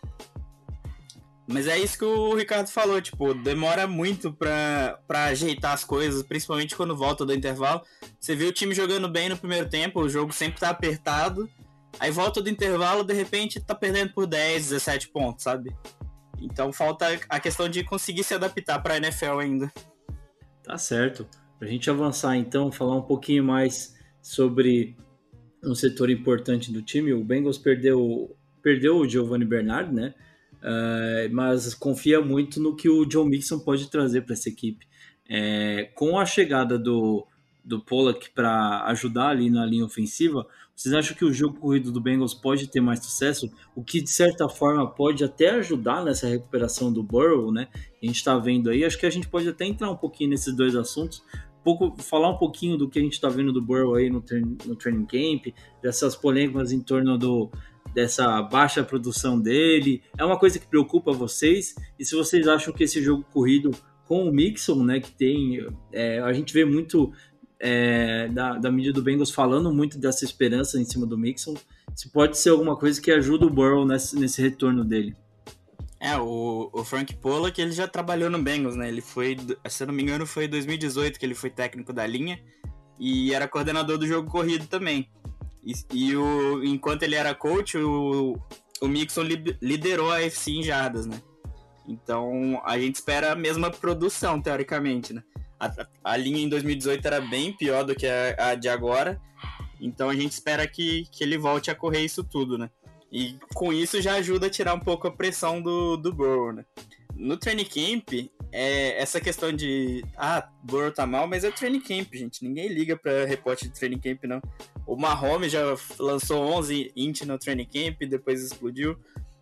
Mas é isso que o Ricardo falou, tipo, demora muito pra, pra ajeitar as coisas, principalmente quando volta do intervalo. Você vê o time jogando bem no primeiro tempo, o jogo sempre tá apertado, aí volta do intervalo, de repente tá perdendo por dez, dezessete pontos, sabe? Então falta a questão de conseguir se adaptar pra N F L ainda. Tá certo. Pra gente avançar então, falar um pouquinho mais sobre um setor importante do time. O Bengals perdeu, perdeu o Giovanni Bernard, né? Uh, mas confia muito no que o Joe Mixon pode trazer para essa equipe. É, com a chegada do, do Pollack para ajudar ali na linha ofensiva, vocês acham que o jogo corrido do Bengals pode ter mais sucesso? O que, de certa forma, pode até ajudar nessa recuperação do Burrow, né? A gente está vendo aí. Acho que a gente pode até entrar um pouquinho nesses dois assuntos. Um pouco, falar um pouquinho do que a gente está vendo do Burrow aí no, no training camp, dessas polêmicas em torno do, dessa baixa produção dele. É uma coisa que preocupa vocês? E se vocês acham que esse jogo corrido com o Mixon, né, que tem... É, a gente vê muito... É, da, da mídia do Bengals falando muito dessa esperança em cima do Mixon, se pode ser alguma coisa que ajuda o Burrow nesse, nesse retorno dele. É, o, o Frank Pollack, ele já trabalhou no Bengals, né? Ele foi, se eu não me engano, foi em dois mil e dezoito que ele foi técnico da linha e era coordenador do jogo corrido também. E, e o, enquanto ele era coach, o, o Mixon li, liderou a A F C em jardas, né? Então a gente espera a mesma produção, teoricamente, né? A, a linha em dois mil e dezoito era bem pior do que a, a de agora, então a gente espera que, que ele volte a correr isso tudo, né? E com isso já ajuda a tirar um pouco a pressão do, do Burrow, né? No training camp, é, essa questão de ah, Burrow tá mal, mas é training camp, gente, ninguém liga pra reporte de training camp, não. O Mahomes já lançou onze int no training camp, depois explodiu.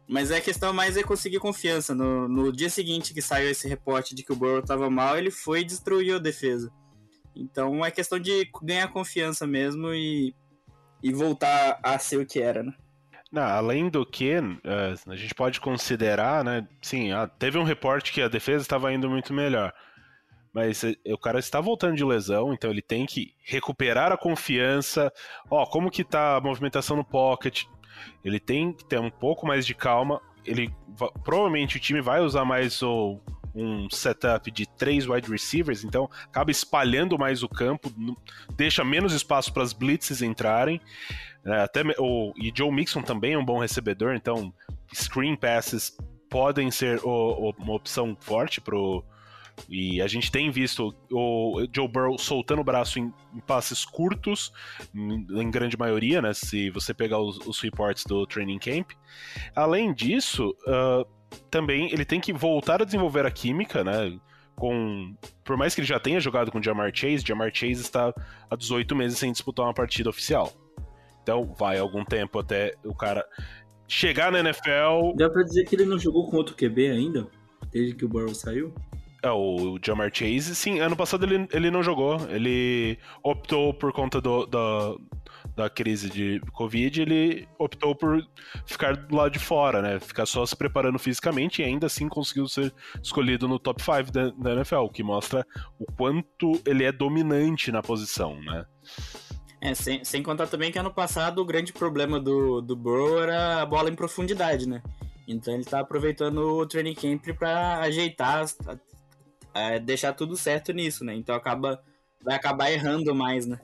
Mas a questão mais é conseguir confiança. No, no dia seguinte que saiu esse reporte de que o Burrow tava mal, ele foi e destruiu a defesa. Então é questão de ganhar confiança mesmo e, e voltar a ser o que era, né? Não, além do que, uh, a gente pode considerar, né? Sim, ah, teve um reporte que a defesa estava indo muito melhor. Mas uh, o cara está voltando de lesão, então ele tem que recuperar a confiança. Ó, como que tá a movimentação no pocket? Ele tem que ter um pouco mais de calma. Ele provavelmente o time vai usar mais o, um setup de três wide receivers, então acaba espalhando mais o campo, deixa menos espaço para as blitzes entrarem. É, até o, e Joe Mixon também é um bom recebedor, então screen passes podem ser o, o, uma opção forte pro. E a gente tem visto o Joe Burrow soltando o braço em, em passes curtos, em, em grande maioria, né? Se você pegar os, os reports do training camp. Além disso, uh, também ele tem que voltar a desenvolver a química, né? Com, por mais que ele já tenha jogado com Ja'Marr Chase, Ja'Marr Chase está há dezoito meses sem disputar uma partida oficial. Então vai algum tempo até o cara chegar na N F L. Dá pra dizer que ele não jogou com outro Q B ainda? Desde que o Burrow saiu? É, o Ja'Marr Chase, sim, ano passado ele, ele não jogou. Ele optou por conta do, da, da crise de Covid, ele optou por ficar do lado de fora, né? Ficar só se preparando fisicamente e ainda assim conseguiu ser escolhido no top cinco da, da N F L, o que mostra o quanto ele é dominante na posição, né? É, sem, sem contar também que ano passado o grande problema do, do Burrow era a bola em profundidade, né? Então ele tá aproveitando o training camp pra ajeitar, é, deixar tudo certo nisso, né? Então acaba, vai acabar errando mais, né?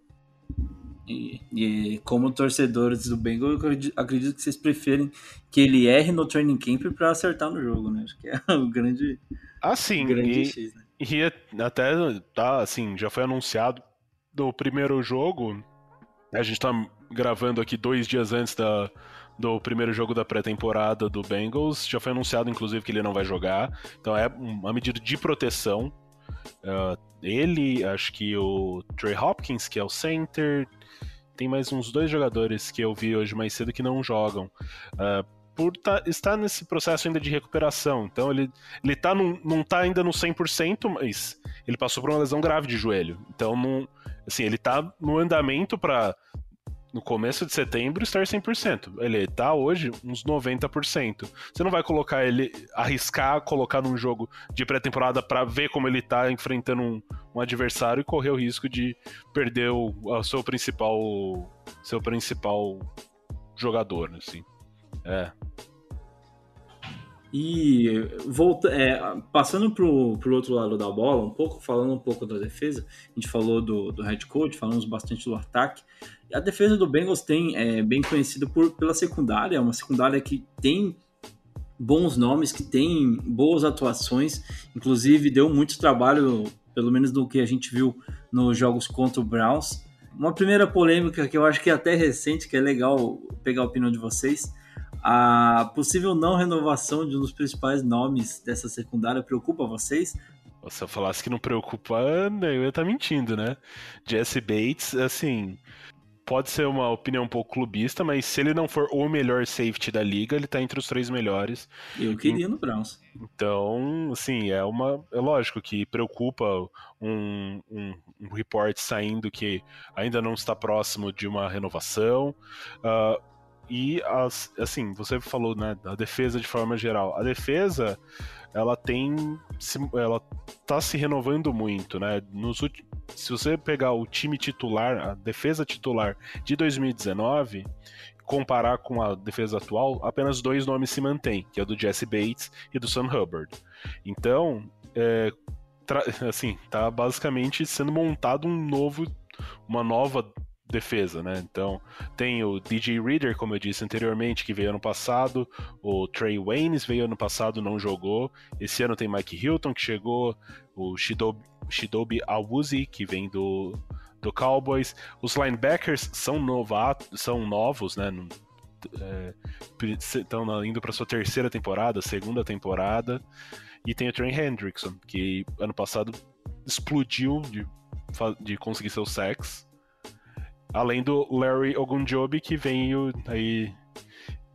E, e como torcedores do Bengals, eu acredito, acredito que vocês preferem que ele erre no training camp pra acertar no jogo, né? Acho que é o grande, ah, sim, grande e, X, né? E até tá, assim, já foi anunciado do primeiro jogo. A gente tá gravando aqui dois dias antes da, do primeiro jogo da pré-temporada do Bengals. Já foi anunciado, inclusive, que ele não vai jogar. Então é uma medida de proteção. Uh, ele, acho que o Trey Hopkins, que é o center. Tem mais uns dois jogadores que eu vi hoje mais cedo que não jogam. Uh, por tá, estar nesse processo ainda de recuperação. Então ele, ele tá num, não tá ainda no cem por cento, mas ele passou por uma lesão grave de joelho. Então não, assim, ele tá no andamento para no começo de setembro estar cem por cento. Ele tá hoje uns noventa por cento. Você não vai colocar ele, arriscar colocar num jogo de pré-temporada para ver como ele tá enfrentando um, um adversário e correr o risco de perder o, o seu principal seu principal jogador, assim. É. E volta, é, passando pro, pro outro lado da bola, um pouco, falando um pouco da defesa, a gente falou do, do head coach, falamos bastante do ataque. A defesa do Bengals tem, é bem conhecida por, pela secundária, é uma secundária que tem bons nomes, que tem boas atuações, inclusive deu muito trabalho, pelo menos no que a gente viu nos jogos contra o Browns. Uma primeira polêmica que eu acho que é até recente, que é legal pegar a opinião de vocês. A possível não renovação de um dos principais nomes dessa secundária preocupa vocês? Se eu falasse que não preocupa, eu ia estar mentindo, né? Jesse Bates, assim, pode ser uma opinião um pouco clubista, mas se ele não for o melhor safety da liga, ele tá entre os três melhores. Eu queria no Browns. Então, assim, é uma. É lógico que preocupa um, um, um report saindo que ainda não está próximo de uma renovação. Uh, E, as, assim, você falou, né, da defesa de forma geral. A defesa, ela tem... Ela tá se renovando muito, né? Nos, se você pegar o time titular, a defesa titular de dois mil e dezenove, comparar com a defesa atual, apenas dois nomes se mantêm, que é o do Jesse Bates e do Sam Hubbard. Então, é, assim, tá basicamente sendo montado um novo, uma nova defesa, né? Então, tem o D J Reader, como eu disse anteriormente, que veio ano passado, o Trey Waynes veio ano passado, não jogou. Esse ano tem Mike Hilton, que chegou, o Shidobi, Shidobi Awuzie, que vem do, do Cowboys. Os linebackers são, novatos, são novos, né? É, estão indo para sua terceira temporada, segunda temporada. E tem o Trey Hendrickson, que ano passado explodiu de, de conseguir seus sacks. Além do Larry Ogunjobi, que veio aí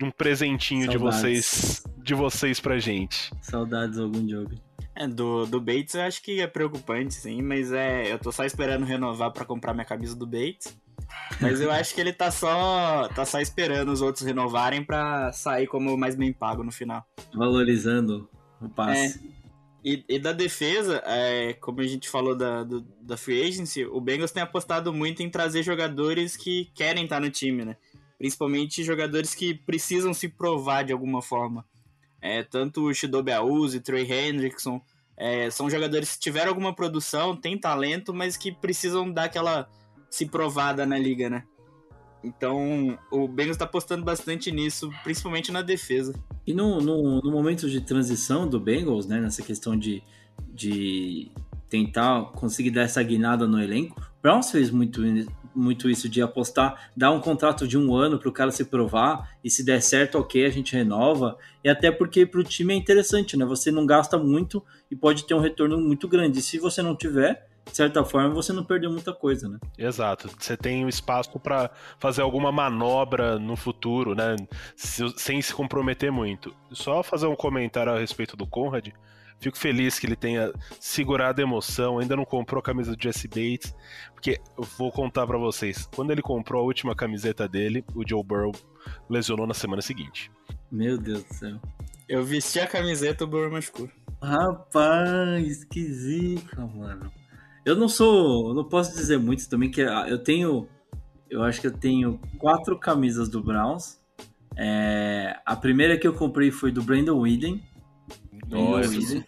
um presentinho de Saudades. vocês, de vocês pra gente. Saudades algum jogo. É, do, do Bates eu acho que é preocupante, sim, mas é, eu tô só esperando renovar pra comprar minha camisa do Bates. Mas eu acho que ele tá só, tá só esperando os outros renovarem pra sair como mais bem pago no final. Valorizando o passe. É. E, e da defesa, é, como a gente falou da, do, da Free Agency, o Bengals tem apostado muito em trazer jogadores que querem estar no time, né? Principalmente jogadores que precisam se provar de alguma forma. É, tanto o Chidobe Awuzie, Trey Hendrickson, é, são jogadores que tiveram alguma produção, têm talento, mas que precisam dar aquela se provada na liga, né? Então, o Bengals tá apostando bastante nisso, principalmente na defesa. E no, no, no momento de transição do Bengals, né, nessa questão de, de tentar conseguir dar essa guinada no elenco, o Browns fez muito, muito isso de apostar, dar um contrato de um ano para o cara se provar, e se der certo, ok, a gente renova, e até porque para o time é interessante, né? Você não gasta muito e pode ter um retorno muito grande. E se você não tiver, de certa forma, você não perdeu muita coisa, né? Exato. Você tem o espaço para fazer alguma manobra no futuro, né? Sem se comprometer muito. Só fazer um comentário a respeito do Conrad. Fico feliz que ele tenha segurado a emoção, ainda não comprou a camisa do Jesse Bates, porque eu vou contar para vocês, quando ele comprou a última camiseta dele, o Joe Burrow lesionou na semana seguinte. Meu Deus do céu. Eu vesti a camiseta, o Burrow machucou. Rapaz, que zica, mano. Eu não sou, eu não posso dizer muito também, que eu tenho, eu acho que eu tenho quatro camisas do Browns. É, a primeira que eu comprei foi do Brandon Whedon. Nossa.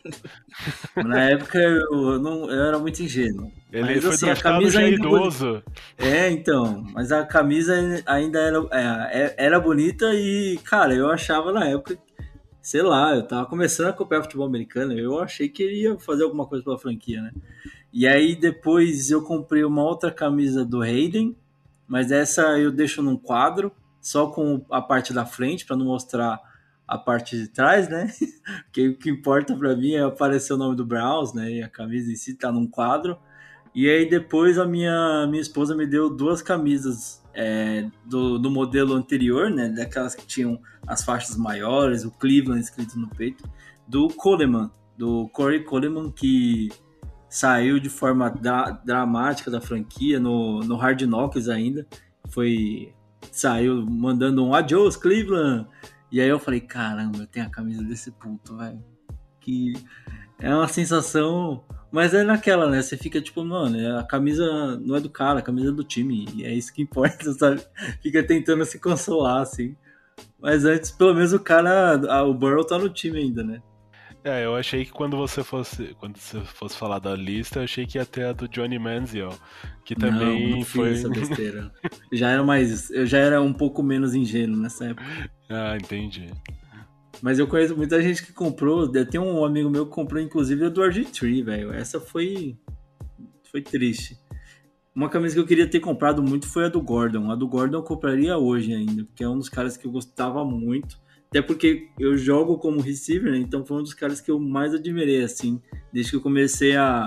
Na época eu, não, eu era muito ingênuo. Ele mas, foi assim, a draftado camisa já ainda idoso. É, então, mas a camisa ainda era, é, era bonita e, cara, eu achava na época, sei lá, eu tava começando a acompanhar futebol americano, eu achei que ele ia fazer alguma coisa pela franquia, né? E aí depois eu comprei uma outra camisa do Hayden, mas essa eu deixo num quadro, só com a parte da frente, para não mostrar a parte de trás, né? Porque o que importa para mim é aparecer o nome do Browns, né? E a camisa em si tá num quadro. E aí depois a minha, minha esposa me deu duas camisas é, do, do modelo anterior, né? Daquelas que tinham as faixas maiores, o Cleveland escrito no peito, do Coleman, do Corey Coleman, que saiu de forma da, dramática da franquia no, no Hard Knocks ainda. Foi, saiu mandando um adiós, Cleveland. E aí eu falei, caramba, eu tenho a camisa desse puto, velho. Que é uma sensação... Mas é naquela, né? Você fica tipo, mano, a camisa não é do cara, a camisa é do time. E é isso que importa, sabe? Fica tentando se consolar, assim. Mas antes, pelo menos o cara, o Burrow tá no time ainda, né? É, eu achei que quando você fosse quando você fosse falar da lista, eu achei que ia ter a do Johnny Manziel, que também não, não foi fiz essa besteira. já era mais, eu já era um pouco menos ingênuo nessa época. Ah, entendi. Mas eu conheço muita gente que comprou, tem um amigo meu que comprou inclusive a do R G três, velho. Essa foi foi triste. Uma camisa que eu queria ter comprado muito foi a do Gordon. A do Gordon eu compraria hoje ainda, porque é um dos caras que eu gostava muito. Até porque eu jogo como receiver, né? Então foi um dos caras que eu mais admirei, assim, desde que eu comecei a,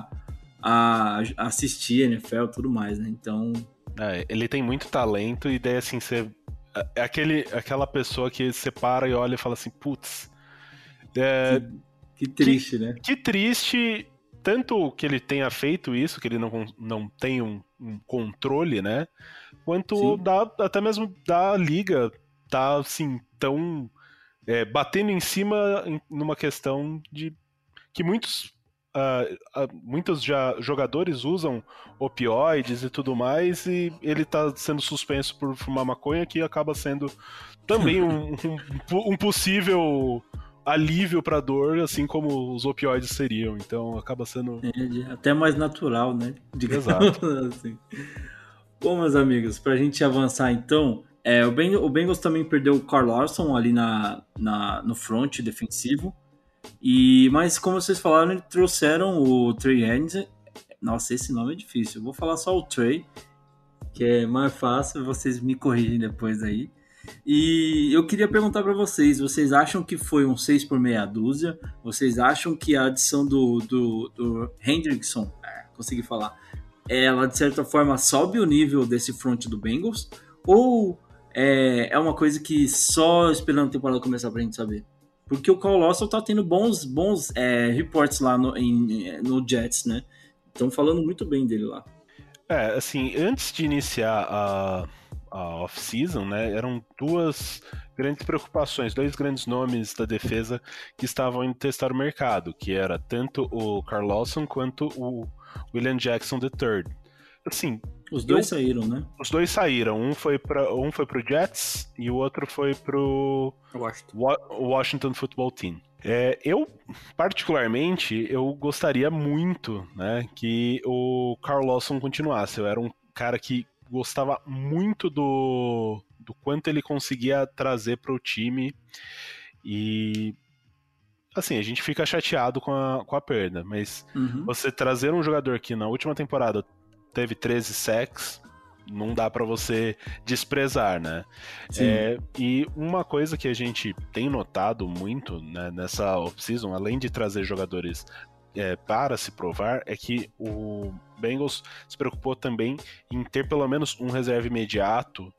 a, a assistir N F L e tudo mais, né? Então... É, ele tem muito talento e daí, assim, você... É aquele, aquela pessoa que você para e olha e fala assim, putz... É... Que, que triste, que, né? Que triste, tanto que ele tenha feito isso, que ele não, não tem um, um controle, né? Quanto da, até mesmo da liga tá, assim, tão... É, batendo em cima em, numa questão de que muitos, uh, uh, muitos já jogadores usam opioides e tudo mais, e ele está sendo suspenso por fumar maconha, que acaba sendo também um, um, um possível alívio para dor, assim como os opioides seriam. Então acaba sendo é, até mais natural, né? Exato. Assim. Bom, meus amigos, para a gente avançar então. É, o, Bengals, o Bengals também perdeu o Carl Lawson ali na, na, no front defensivo. E, mas, como vocês falaram, eles trouxeram o Trey Hendrickson. Nossa, esse nome é difícil. Eu vou falar só o Trey, que é mais fácil. Vocês me corrigem depois aí. E eu queria perguntar para vocês. Vocês acham que foi um seis por meia dúzia? Vocês acham que a adição do, do, do Hendrickson, é, consegui falar, ela de certa forma sobe o nível desse front do Bengals? Ou é, é uma coisa que só esperando a temporada começar pra gente saber. Porque o Carl Lawson tá tendo bons, bons é, reports lá no, em, no Jets, né? Estão falando muito bem dele lá. É, assim, antes de iniciar a, a off-season, né, eram duas grandes preocupações, dois grandes nomes da defesa que estavam indo testar o mercado, que era tanto o Carl Lawson quanto o William Jackson terceiro. Assim, Os dois eu, saíram, né? Os dois saíram, um foi para um foi pro Jets e o outro foi pro Washington. Wa- Washington Football Team. É, eu, particularmente, eu gostaria muito, né, que o Carl Lawson continuasse. Eu era um cara que gostava muito do, do quanto ele conseguia trazer para o time e, assim, a gente fica chateado com a, com a perda, mas Uhum. você trazer um jogador que na última temporada teve treze sacks, não dá pra você desprezar, né? É, e uma coisa que a gente tem notado muito, né, nessa off-season, além de trazer jogadores é, para se provar, é que o Bengals se preocupou também em ter pelo menos um reserva imediato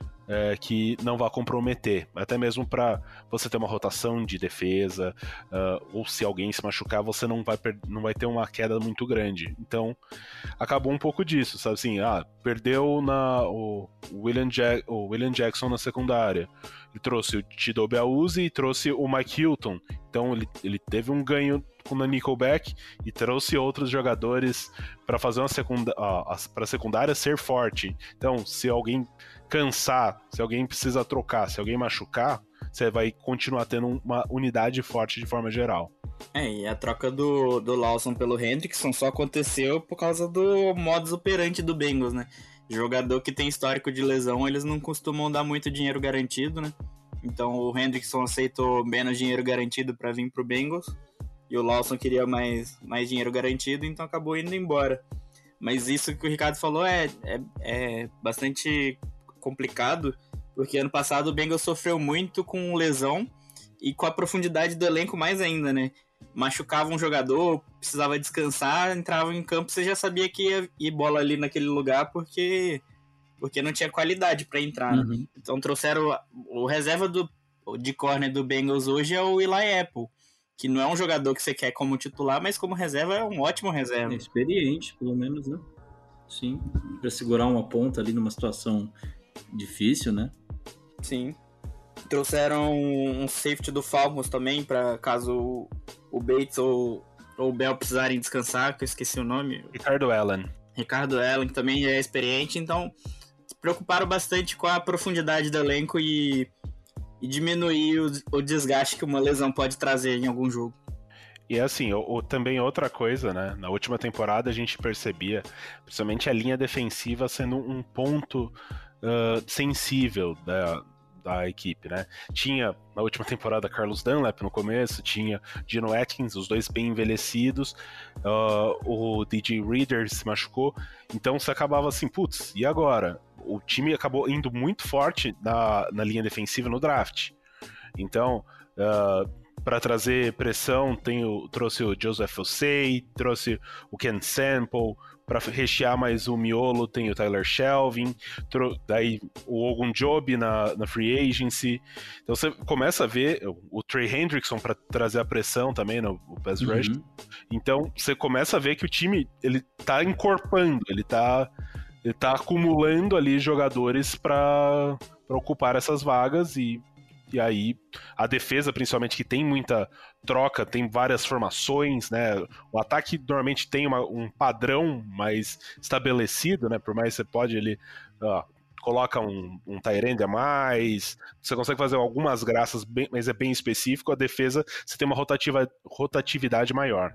é, que não vá comprometer, até mesmo para você ter uma rotação de defesa, uh, ou se alguém se machucar, você não vai, per- não vai ter uma queda muito grande. Então, acabou um pouco disso, sabe assim, ah, perdeu na, o, William Jack, o William Jackson na secundária, ele trouxe o Chidobe Awuzie e trouxe o Mike Hilton, então ele, ele teve um ganho com a Nickelback e trouxe outros jogadores para fazer uma secunda, ah, para a secundária ser forte. Então, se alguém cansar, se alguém precisa trocar, se alguém machucar, você vai continuar tendo uma unidade forte de forma geral. É, e a troca do, do Lawson pelo Hendrickson só aconteceu por causa do modus operandi do Bengals, né? Jogador que tem histórico de lesão, eles não costumam dar muito dinheiro garantido, né? Então o Hendrickson aceitou menos dinheiro garantido para vir pro Bengals e o Lawson queria mais, mais dinheiro garantido, então acabou indo embora. Mas isso que o Ricardo falou é, é, é bastante complicado, porque ano passado o Bengals sofreu muito com lesão e com a profundidade do elenco mais ainda, né? Machucava um jogador, precisava descansar, entrava em campo, você já sabia que ia ir bola ali naquele lugar porque, porque não tinha qualidade para entrar, né? Uhum. Então trouxeram o reserva do, de corner do Bengals hoje é o Eli Apple, que não é um jogador que você quer como titular, mas como reserva é um ótimo reserva. É experiente, pelo menos, né? Sim, para segurar uma ponta ali numa situação difícil, né? Sim. Trouxeram um safety do Falcons também, para caso o Bates ou, ou o Bell precisarem descansar, que eu esqueci o nome. Ricardo Allen. Ricardo Allen, que também é experiente, então se preocuparam bastante com a profundidade do elenco e, e diminuir o, o desgaste que uma lesão pode trazer em algum jogo. E assim, o, o, também outra coisa, né? Na última temporada a gente percebia, principalmente a linha defensiva sendo um ponto uh, sensível da, da equipe, né? Tinha na última temporada Carlos Dunlap no começo, tinha Geno Atkins, os dois bem envelhecidos, uh, o D J Reader se machucou, então você acabava assim, putz, e agora? O time acabou indo muito forte na, na linha defensiva no draft. Então, uh, para trazer pressão, tem o, trouxe o Joseph Osei, trouxe o Ken Sample, para rechear mais o miolo tem o Tyler Shelvin, tro, daí o Ogunjobi na, na Free Agency. Então você começa a ver o, o Trey Hendrickson para trazer a pressão também no o pass rush. Uhum. Então você começa a ver que o time ele tá encorpando, ele tá, ele tá acumulando ali jogadores para ocupar essas vagas e E aí, a defesa, principalmente, que tem muita troca, tem várias formações, né? O ataque normalmente tem uma, um padrão mais estabelecido, né? Por mais que você pode ele ó, coloca um, um Tyrande a mais, você consegue fazer algumas graças, bem, mas é bem específico. A defesa, você tem uma rotativa, rotatividade maior.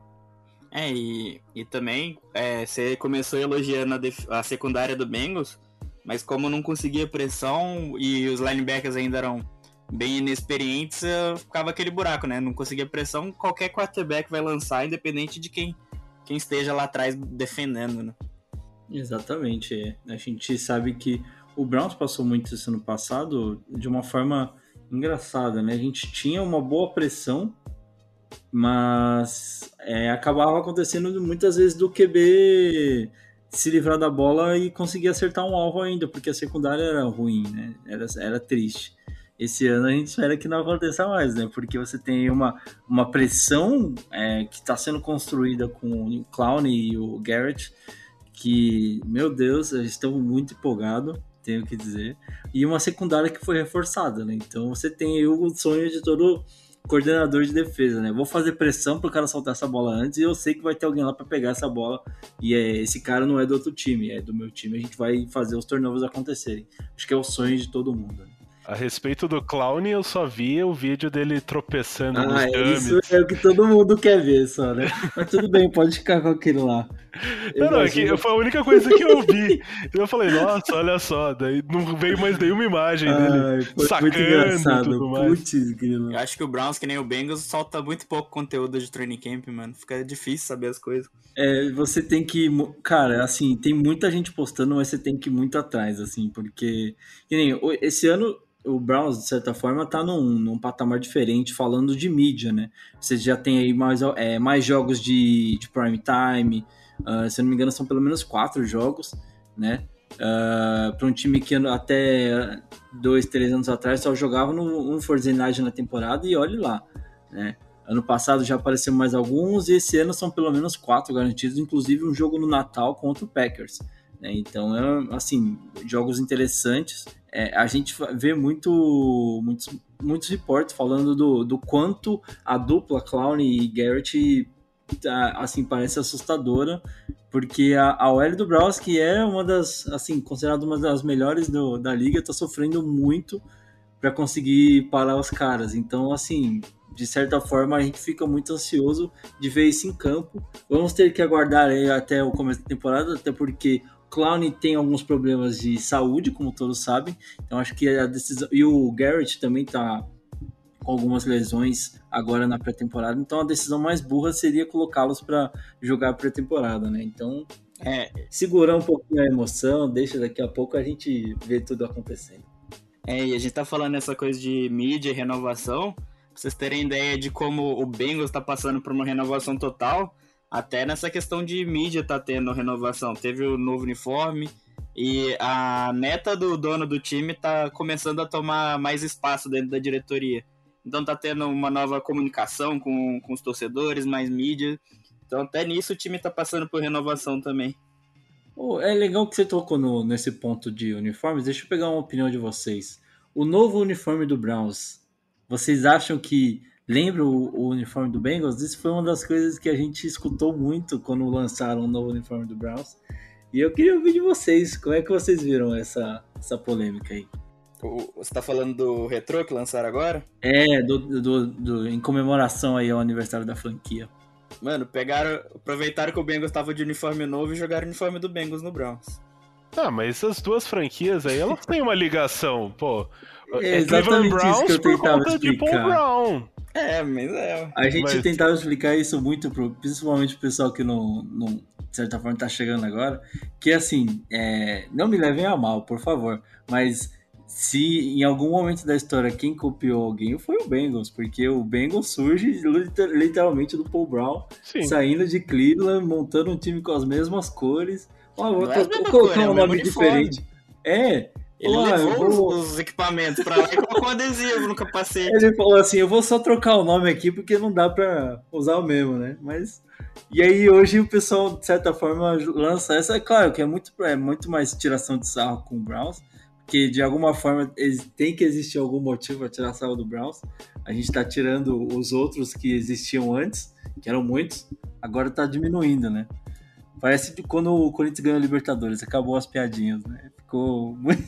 É, e, e também é, você começou elogiando a, def- a secundária do Bengals, mas como não conseguia pressão e os linebackers ainda eram bem inexperientes, ficava aquele buraco, né? Não conseguia pressão, qualquer quarterback vai lançar, independente de quem, quem esteja lá atrás defendendo, né? Exatamente. A gente sabe que o Browns passou muito isso ano passado de uma forma engraçada, né? A gente tinha uma boa pressão, mas é, acabava acontecendo muitas vezes do Q B se livrar da bola e conseguir acertar um alvo ainda, porque a secundária era ruim, né? Era, era triste. Esse ano a gente espera que não aconteça mais, né? Porque você tem uma, uma pressão é, que está sendo construída com o Clown e o Garrett, que, meu Deus, eles estão muito empolgados, tenho que dizer. E uma secundária que foi reforçada, né? Então você tem aí o sonho de todo coordenador de defesa, né? Vou fazer pressão pro cara soltar essa bola antes e eu sei que vai ter alguém lá para pegar essa bola. E é, esse cara não é do outro time, é do meu time. A gente vai fazer os turnovers acontecerem. Acho que é o sonho de todo mundo, né? A respeito do Clown, eu só vi o vídeo dele tropeçando ah, nos dummies. Isso é o que todo mundo quer ver, só, né? Mas tudo bem, pode ficar com aquilo lá. Eu não, imagino... é que foi a única coisa que eu vi. Eu falei, nossa, olha só, daí não veio mais nenhuma imagem Ai, dele foi sacando muito engraçado. e tudo mais. Putz, eu acho que o Browns, que nem o Bengals, solta muito pouco conteúdo de training camp, mano. Fica difícil saber as coisas. É, você tem que... Cara, assim, tem muita gente postando, mas você tem que ir muito atrás, assim, porque... Que nem, esse ano... O Browns, de certa forma, tá num, num patamar diferente, falando de mídia, né? Você já tem aí mais, é, mais jogos de, de prime time, uh, se eu não me engano, são pelo menos quatro jogos, né? Uh, para um time que até dois, três anos atrás só jogava no um Thursday Night na temporada e olhe lá, né? Ano passado já apareceram mais alguns e esse ano são pelo menos quatro garantidos, inclusive um jogo no Natal contra o Packers, né? Então, é, assim, jogos interessantes. É, a gente vê muito, muitos, muitos reportes falando do, do quanto a dupla Clown e Garrett assim, parece assustadora, porque a, a O L do Browns, que é uma das, assim, considerada uma das melhores do, da liga, está sofrendo muito para conseguir parar os caras. Então, assim, de certa forma, a gente fica muito ansioso de ver isso em campo. Vamos ter que aguardar aí até o começo da temporada, até porque Clown tem alguns problemas de saúde, como todos sabem, então acho que a decisão... E o Garrett também tá com algumas lesões agora na pré-temporada, então a decisão mais burra seria colocá-los para jogar a pré-temporada, né? Então, é, segurar um pouquinho a emoção, deixa daqui a pouco a gente ver tudo acontecendo. É, e a gente tá falando essa coisa de mídia e renovação, pra vocês terem ideia de como o Bengals tá passando por uma renovação total. Até nessa questão de mídia tá tendo renovação. Teve o novo uniforme e a neta do dono do time tá começando a tomar mais espaço dentro da diretoria. Então tá tendo uma nova comunicação com, com os torcedores, mais mídia. Então até nisso o time tá passando por renovação também. Oh, é legal que você tocou no, nesse ponto de uniformes. Deixa eu pegar uma opinião de vocês. O novo uniforme do Browns, vocês acham que... Lembra o, o uniforme do Bengals? Isso foi uma das coisas que a gente escutou muito quando lançaram o novo uniforme do Browns. E eu queria ouvir de vocês. Como é que vocês viram essa, essa polêmica aí? O, você tá falando do retrô que lançaram agora? É, do, do, do, em comemoração aí ao aniversário da franquia. Mano, pegaram, aproveitaram que o Bengals tava de uniforme novo e jogaram o uniforme do Bengals no Browns. Ah, mas essas duas franquias aí, elas têm uma ligação, pô. É exatamente isso que eu tentava explicar. De Paul Brown. É, mas é. A gente mas... tentava explicar isso muito, pro, principalmente pro pessoal que não, não, de certa forma, tá chegando agora, que assim, é, não me levem a mal, por favor, mas se em algum momento da história quem copiou alguém foi o Bengals, porque o Bengals surge literalmente do Paul Brown, Sim. saindo de Cleveland, montando um time com as mesmas cores. Ó, vou colocar um nome diferente. É. Ele Olá, levou vou... os equipamentos pra lá e colocou um adesivo no capacete. Ele falou assim, eu vou só trocar o nome aqui porque não dá pra usar o mesmo, né? Mas... E aí hoje o pessoal, de certa forma, lança essa. É claro que é muito, é muito mais tiração de sarro com o Browns, porque de alguma forma tem que existir algum motivo para tirar sarro do Browns. A gente tá tirando os outros que existiam antes, que eram muitos, agora tá diminuindo, né? Parece que quando o Corinthians ganhou a Libertadores, acabou as piadinhas, né? Ficou muito...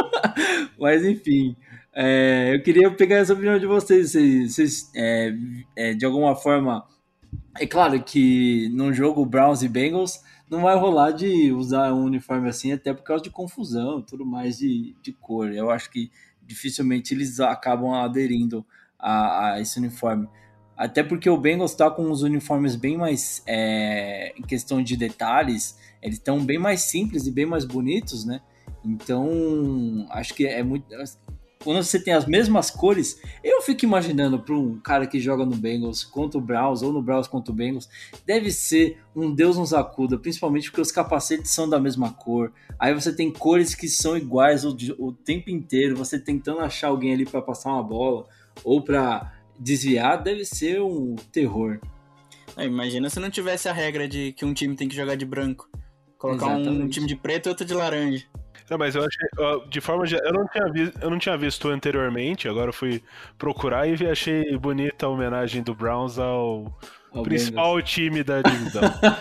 Mas, enfim, é, eu queria pegar essa opinião de vocês. Vocês, vocês é, é, de alguma forma... É claro que num jogo Browns e Bengals não vai rolar de usar um uniforme assim, até por causa de confusão e tudo mais de, de cor. Eu acho que dificilmente eles acabam aderindo a, a esse uniforme. Até porque o Bengals está com os uniformes bem mais, é, em questão de detalhes, eles estão bem mais simples e bem mais bonitos, né? Então, acho que é muito... quando você tem as mesmas cores, eu fico imaginando para um cara que joga no Bengals contra o Browns, ou no Browns contra o Bengals, deve ser um Deus nos acuda, principalmente porque os capacetes são da mesma cor. Aí você tem cores que são iguais o, o tempo inteiro, você tentando achar alguém ali para passar uma bola, ou para desviar, deve ser um terror. É, imagina se não tivesse a regra de que um time tem que jogar de branco. Colocar Exatamente. um time de preto e outro de laranja. Não, mas eu achei, ó, de forma geral, eu não tinha visto, eu não tinha visto anteriormente, agora eu fui procurar e achei bonita a homenagem do Browns ao, Ao principal Bengals. time da divisão.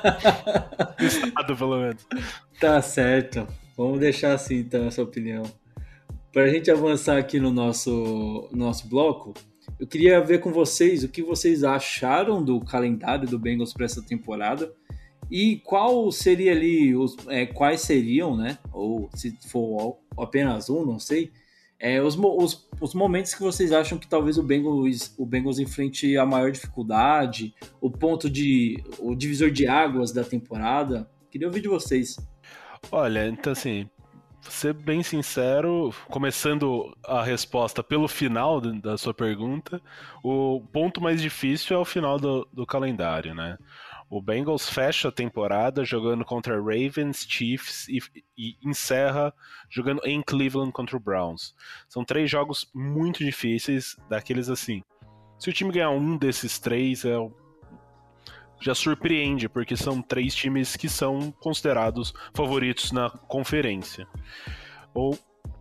Do estado, pelo menos. Tá certo. Vamos deixar assim, então, essa opinião. Para a gente avançar aqui no nosso, no nosso bloco, eu queria ver com vocês o que vocês acharam do calendário do Bengals para essa temporada e qual seria ali, os, é, quais seriam, né? Ou se for apenas um, não sei, é, os, os, os momentos que vocês acham que talvez o Bengals, o Bengals enfrente a maior dificuldade, o ponto de, o divisor de águas da temporada. Queria ouvir de vocês. Olha, então assim, vou ser bem sincero, começando a resposta pelo final da sua pergunta, o ponto mais difícil é o final do, do calendário, né? O Bengals fecha a temporada jogando contra Ravens, Chiefs e, e encerra jogando em Cleveland contra o Browns. São três jogos muito difíceis, daqueles assim. Se o time ganhar um desses três, é, já surpreende, porque são três times que são considerados favoritos na conferência. Ou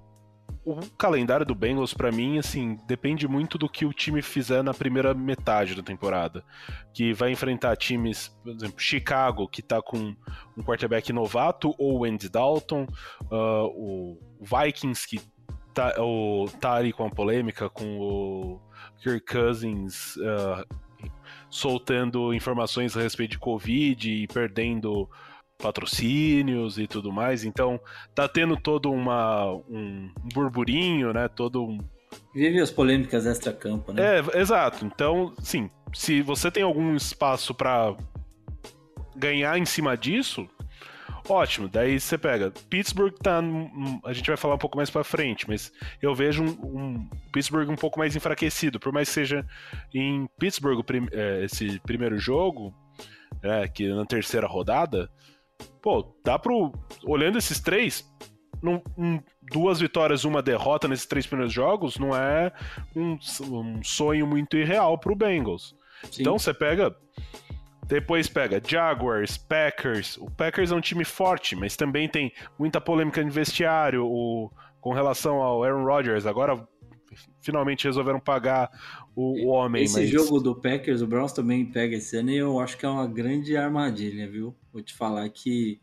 o calendário do Bengals, pra mim, assim, depende muito do que o time fizer na primeira metade da temporada. Que vai enfrentar times, por exemplo, Chicago, que tá com um quarterback novato, ou o Andy Dalton, uh, o Vikings, que tá, o, tá ali com a polêmica, com o Kirk Cousins uh, soltando informações a respeito de Covid e perdendo patrocínios e tudo mais, então tá tendo todo uma, um burburinho, né, todo um... Vive as polêmicas extra-campo, né? É, exato, então, sim, se você tem algum espaço pra ganhar em cima disso, ótimo, daí você pega, Pittsburgh tá, a gente vai falar um pouco mais pra frente, mas eu vejo um, um Pittsburgh um pouco mais enfraquecido, por mais que seja em Pittsburgh esse primeiro jogo, é, que na terceira rodada, pô, dá pro... Olhando esses três, num, um, duas vitórias, uma derrota nesses três primeiros jogos, não é um, um sonho muito irreal pro Bengals. Sim. Então você pega... Depois pega Jaguars, Packers. O Packers é um time forte, mas também tem muita polêmica de vestiário o, com relação ao Aaron Rodgers. Agora finalmente resolveram pagar o, o homem. Esse mas... jogo do Packers, o Browns também pega esse ano e eu acho que é uma grande armadilha, viu? Vou te falar que,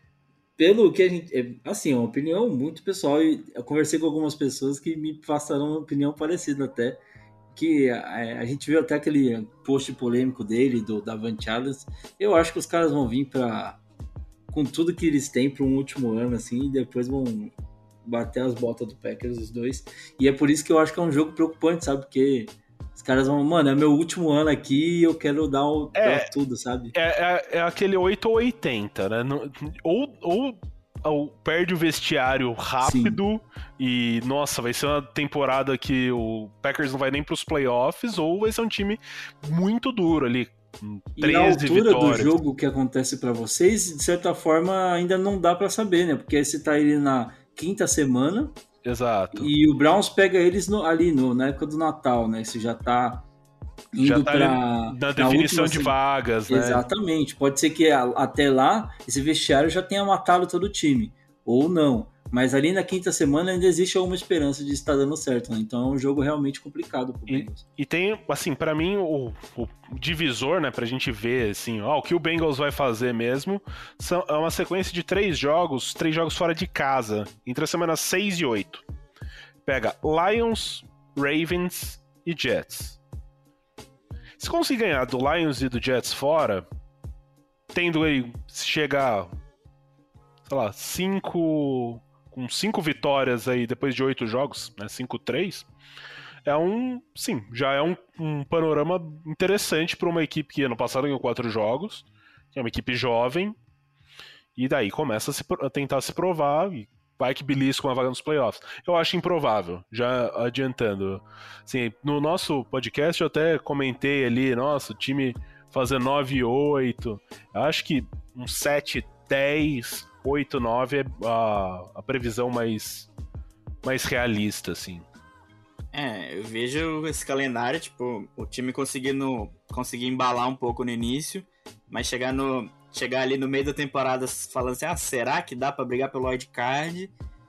pelo que a gente... Assim, é uma opinião muito pessoal e eu conversei com algumas pessoas que me passaram uma opinião parecida até, que a, a gente viu até aquele post polêmico dele, do Davante Adams. Eu acho que os caras vão vir pra, com tudo que eles têm para um último ano, assim, e depois vão bater as botas do Packers, os dois. E é por isso que eu acho que é um jogo preocupante, sabe? Porque os caras vão, mano, é meu último ano aqui e eu quero dar, o, é, dar tudo, sabe? É, é, é aquele oito ou oitenta, né? Ou, ou, ou perde o vestiário rápido. Sim. E, nossa, vai ser uma temporada que o Packers não vai nem pros playoffs, ou vai ser um time muito duro ali. E a altura vitórias. Do jogo que acontece pra vocês, de certa forma, ainda não dá pra saber, né? Porque você tá aí na quinta semana. Exato. E o Browns pega eles no, ali no, na época do Natal, né? Isso já tá indo já tá pra... Na definição de vagas, né? Exatamente. Pode ser que até lá, esse vestiário já tenha matado todo o time. Ou não. Mas ali na quinta semana ainda existe alguma esperança de estar dando certo, né? Então é um jogo realmente complicado pro Bengals. E, e tem, assim, pra mim, o, o divisor, né, pra gente ver, assim, ó, o que o Bengals vai fazer mesmo, são, é uma sequência de três jogos, três jogos fora de casa, entre as semanas seis e oito. Pega Lions, Ravens e Jets. Se conseguir ganhar do Lions e do Jets fora, tendo aí, chegar, sei lá, cinco... com cinco vitórias aí depois de oito jogos, né, cinco três, é um, sim, já é um, um panorama interessante para uma equipe que ano passado ganhou quatro jogos, que é uma equipe jovem, e daí começa a, se, a tentar se provar, e vai que belisca uma vaga nos playoffs. Eu acho improvável, já adiantando. Assim, no nosso podcast eu até comentei ali, nossa, o time fazer nove e oito, eu acho que um sete dez, oito nove é a, a previsão mais, mais realista, assim. É, eu vejo esse calendário, tipo, o time conseguindo conseguir embalar um pouco no início, mas chegar, no, chegar ali no meio da temporada falando assim, ah, será que dá pra brigar pelo wild card?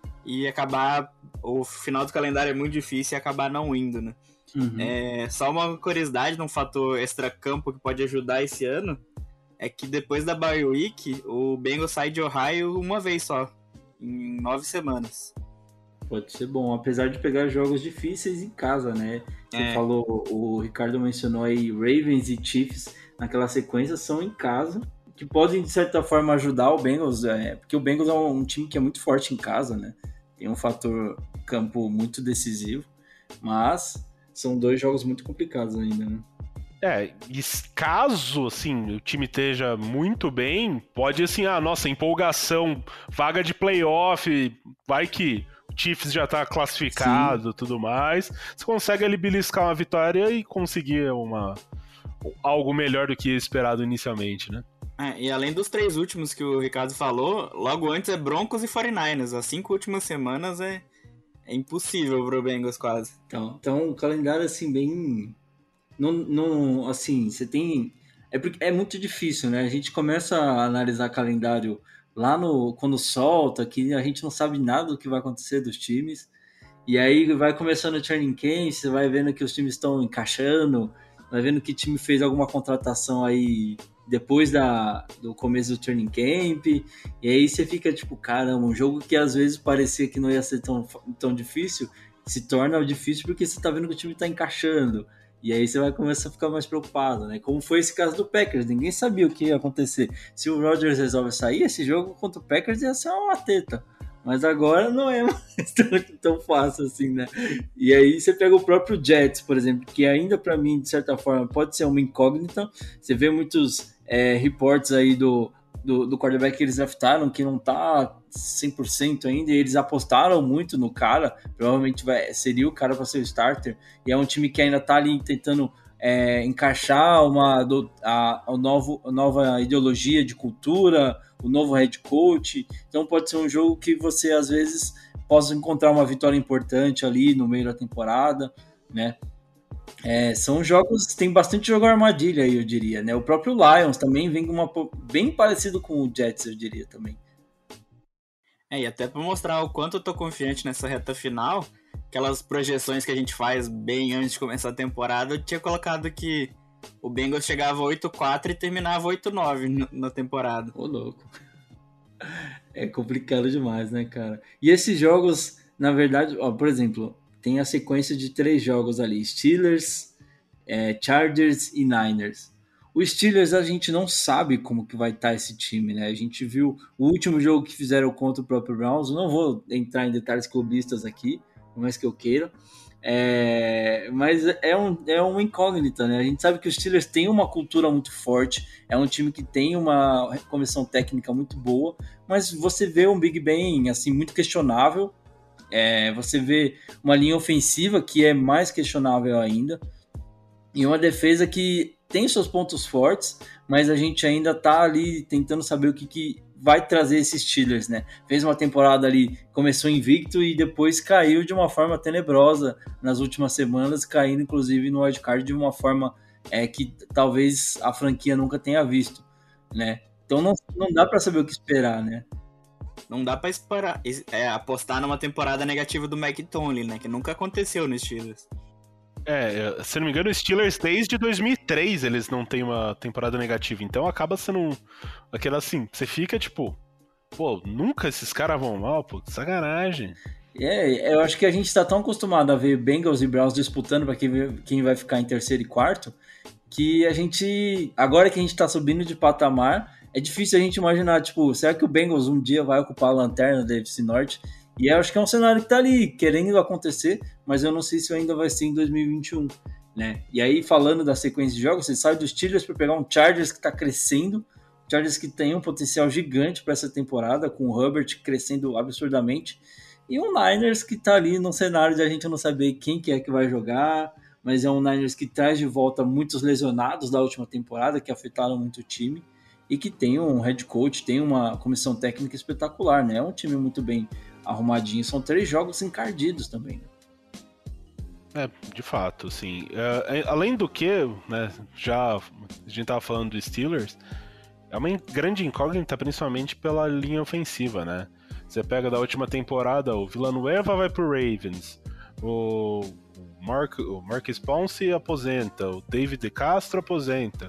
E acabar, o final do calendário é muito difícil e acabar não indo, né? Uhum. É, só uma curiosidade, um fator extra-campo que pode ajudar esse ano, é que depois da bye week, o Bengals sai de Ohio uma vez só, em nove semanas. Pode ser bom, apesar de pegar jogos difíceis em casa, né? Você é. falou, o Ricardo mencionou aí Ravens e Chiefs naquela sequência, são em casa, que podem de certa forma ajudar o Bengals, é, porque o Bengals é um, um time que é muito forte em casa, né? Tem um fator campo muito decisivo, mas são dois jogos muito complicados ainda, né? É, e caso, assim, o time esteja muito bem, pode, assim, ah, nossa, empolgação, vaga de playoff, vai que o Chiefs já tá classificado e tudo mais, você consegue ali beliscar uma vitória e conseguir uma, algo melhor do que esperado inicialmente, né? É, e além dos três últimos que o Ricardo falou, logo antes é Broncos e quarenta e nove ers, as cinco últimas semanas é, é impossível pro Bengals quase. Então, então um calendário, assim, bem... Não, não, assim, você tem... É, porque é muito difícil, né? A gente começa a analisar calendário lá no... Quando solta, que a gente não sabe nada do que vai acontecer dos times. E aí vai começando o training camp, você vai vendo que os times estão encaixando, vai vendo que time fez alguma contratação aí depois da, do começo do training camp. E aí você fica tipo, caramba, um jogo que às vezes parecia que não ia ser tão, tão difícil, se torna difícil porque você tá vendo que o time tá encaixando. E aí você vai começar a ficar mais preocupado, né? Como foi esse caso do Packers, ninguém sabia o que ia acontecer. Se o Rodgers resolve sair, esse jogo contra o Packers ia ser uma teta. Mas agora não é mais tão, tão fácil assim, né? E aí você pega o próprio Jets, por exemplo, que ainda pra mim, de certa forma, pode ser uma incógnita. Você vê muitos é, reports aí do, do, do quarterback que eles draftaram, que não tá cem por cento ainda, e eles apostaram muito no cara, provavelmente vai, seria o cara para ser o starter, e é um time que ainda tá ali tentando é, encaixar uma, do, a, a, novo, a nova ideologia de cultura, o novo head coach, então pode ser um jogo que você às vezes possa encontrar uma vitória importante ali no meio da temporada, né? É, são jogos, tem bastante jogo armadilha aí, eu diria, né? O próprio Lions também vem com uma, bem parecido com o Jets, eu diria também. É, e até para mostrar o quanto eu tô confiante nessa reta final, aquelas projeções que a gente faz bem antes de começar a temporada, eu tinha colocado que o Bengals chegava a oito quatro e terminava oito nove na temporada. Ô, louco. É complicado demais, né, cara? E esses jogos, na verdade, ó, por exemplo, tem a sequência de três jogos ali, Steelers, é, Chargers e Niners. O Steelers a gente não sabe como que vai estar esse time, né? A gente viu o último jogo que fizeram contra o próprio Browns, eu não vou entrar em detalhes clubistas aqui, por mais que eu queira, é... mas é, um, é uma incógnita, né? A gente sabe que os Steelers têm uma cultura muito forte, é um time que tem uma comissão técnica muito boa, mas você vê um Big Ben assim, muito questionável, é... você vê uma linha ofensiva que é mais questionável ainda, e uma defesa que tem seus pontos fortes, mas a gente ainda tá ali tentando saber o que, que vai trazer esses Steelers, né? Fez uma temporada ali, começou invicto e depois caiu de uma forma tenebrosa nas últimas semanas, caindo inclusive no wildcard de uma forma é, que talvez a franquia nunca tenha visto, né? Então não, não dá para saber o que esperar, né? Não dá pra esperar, é, apostar numa temporada negativa do Mike Tomlin, né? Que nunca aconteceu nos Steelers. É, se não me engano, os Steelers desde dois mil e três eles não têm uma temporada negativa, então acaba sendo um, aquela assim, você fica tipo, pô, nunca esses caras vão mal, pô, que sacanagem. É, eu acho que a gente tá tão acostumado a ver Bengals e Browns disputando pra quem, quem vai ficar em terceiro e quarto, que a gente, agora que a gente tá subindo de patamar, é difícil a gente imaginar, tipo, será que o Bengals um dia vai ocupar a lanterna da A F C Norte? E eu acho que é um cenário que tá ali, querendo acontecer, mas eu não sei se ainda vai ser em dois mil e vinte e um, né? E aí, falando da sequência de jogos, você sai dos Steelers para pegar um Chargers que tá crescendo, o Chargers que tem um potencial gigante para essa temporada, com o Herbert crescendo absurdamente, e um Niners que tá ali no cenário de a gente não saber quem que é que vai jogar, mas é um Niners que traz de volta muitos lesionados da última temporada, que afetaram muito o time, e que tem um head coach, tem uma comissão técnica espetacular, né? É um time muito bem arrumadinho, são três jogos encardidos também. É, de fato, sim. É, além do que, né, já a gente tava falando do Steelers, é uma grande incógnita, principalmente pela linha ofensiva, né? Você pega da última temporada, o Villanueva vai pro Ravens, o, Mark, o Marcus Ponce aposenta, o David De Castro aposenta.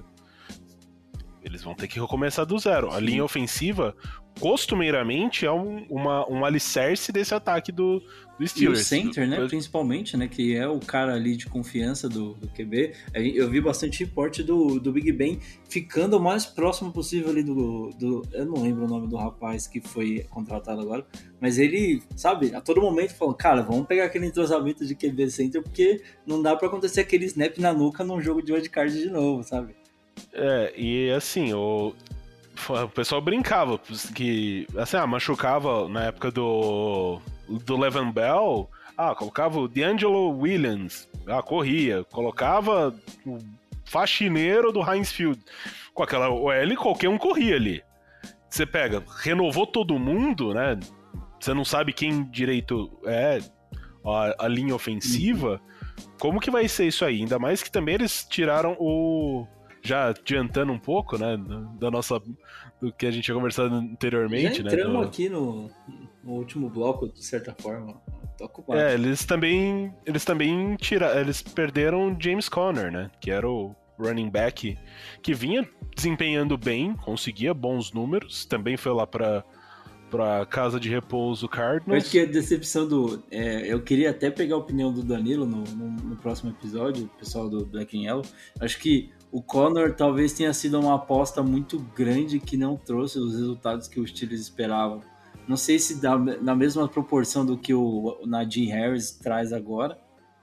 Eles vão ter que recomeçar do zero. A linha ofensiva, costumeiramente, é um, uma, um alicerce desse ataque do, do Steelers. E o center, né, do... principalmente, né, que é o cara ali de confiança do, do Q B. Eu vi bastante reporte do, do Big Ben ficando o mais próximo possível ali do, do... Eu não lembro o nome do rapaz que foi contratado agora, mas ele, sabe, a todo momento falando, cara, vamos pegar aquele entrosamento de Q B center, porque não dá pra acontecer aquele snap na nuca num jogo de wildcard de novo, sabe? É, e assim, o, o pessoal brincava que, assim, ah, machucava na época do, do Le'Veon Bell, ah, colocava o D'Angelo Williams, ah, corria, colocava o faxineiro do Heinz Field, com aquela O L, qualquer um corria ali. Você pega, renovou todo mundo, né, você não sabe quem direito é a, a linha ofensiva, como que vai ser isso aí? Ainda mais que também eles tiraram o... Já adiantando um pouco, né, da nossa, do que a gente tinha conversado anteriormente, já entramos, né? Do... aqui no, no último bloco, de certa forma. Toca o é, eles também, eles também tiraram, eles perderam James Conner, né, que era o running back que vinha desempenhando bem, conseguia bons números, também foi lá para para casa de repouso Cardinals. Eu acho que a decepção do... É, eu queria até pegar a opinião do Danilo no, no, no próximo episódio, o pessoal do Black and Yellow. Acho que o Conner talvez tenha sido uma aposta muito grande que não trouxe os resultados que os Steelers esperavam. Não sei se dá na mesma proporção do que o, o Najee Harris traz agora,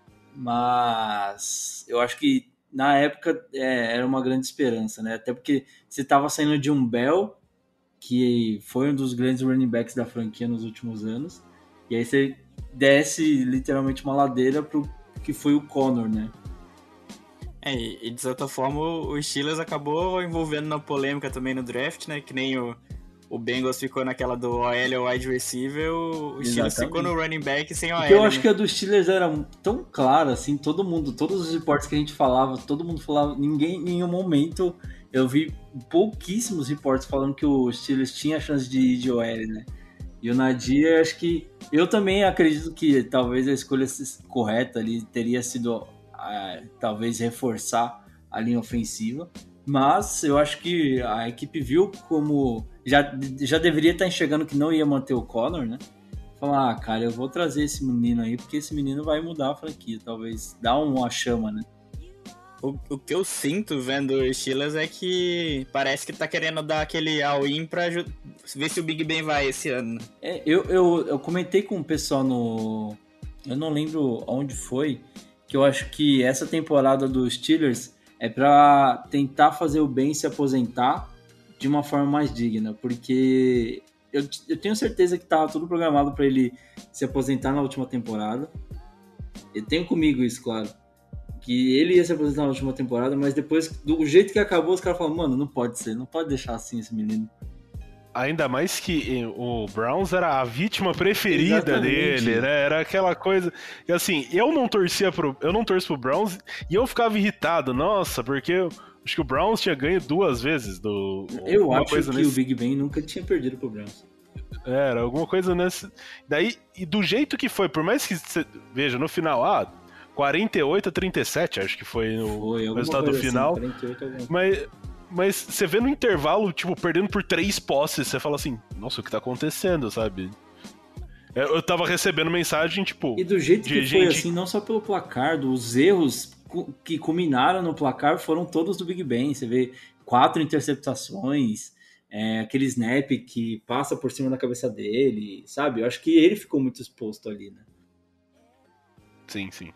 mas eu acho que na época é, era uma grande esperança, né? Até porque você estava saindo de um Bell, que foi um dos grandes running backs da franquia nos últimos anos, e aí você desce literalmente uma ladeira pro que foi o Conner, né? É, e de certa forma o Steelers acabou envolvendo na polêmica também no draft, né? Que nem o, o Bengals ficou naquela do O L ou wide receiver, o, o Steelers ficou no running back sem O L. Porque eu acho né? que a do Steelers era tão clara, assim, todo mundo, todos os reportes que a gente falava, todo mundo falava, ninguém em nenhum momento, eu vi pouquíssimos reportes falando que o Steelers tinha chance de ir de O L, né? E o Nadir, acho que, eu também acredito que talvez a escolha correta ali teria sido... Uh, talvez reforçar a linha ofensiva, mas eu acho que a equipe viu como já, já deveria estar enxergando que não ia manter o Conner, né? Falar, ah, cara, eu vou trazer esse menino aí porque esse menino vai mudar a franquia, talvez dar uma chama, né? O, o que eu sinto vendo o Steelers é que parece que tá querendo dar aquele all-in pra ver se o Big Ben vai esse ano. É, eu, eu, eu comentei com o pessoal no... eu não lembro onde foi, que eu acho que essa temporada dos Steelers é para tentar fazer o Ben se aposentar de uma forma mais digna, porque eu, eu tenho certeza que estava tudo programado para ele se aposentar na última temporada. Eu tenho comigo isso, claro, que ele ia se aposentar na última temporada, mas depois, do jeito que acabou, os caras falaram, mano, não pode ser, não pode deixar assim esse menino. Ainda mais que o Browns era a vítima preferida Exatamente. dele, né? Era aquela coisa... E assim, eu não torcia pro... Eu não torço pro Browns e eu ficava irritado. Nossa, porque eu acho que o Browns tinha ganho duas vezes do... Eu acho que nesse... o Big Ben nunca tinha perdido pro Browns. Era, alguma coisa nesse... Daí, e do jeito que foi, por mais que... Você... Veja, no final, ah... quarenta e oito a trinta e sete, acho que foi o foi, resultado final. Assim, quarenta e oito, mas... Mas você vê no intervalo, tipo, perdendo por três posses, você fala assim, nossa, o que tá acontecendo, sabe? Eu tava recebendo mensagem, tipo... E do jeito que gente... foi, assim, não só pelo placar, os erros que culminaram no placar foram todos do Big Ben. Você vê quatro interceptações, é, aquele snap que passa por cima da cabeça dele, sabe? Eu acho que ele ficou muito exposto ali, né? Sim, sim.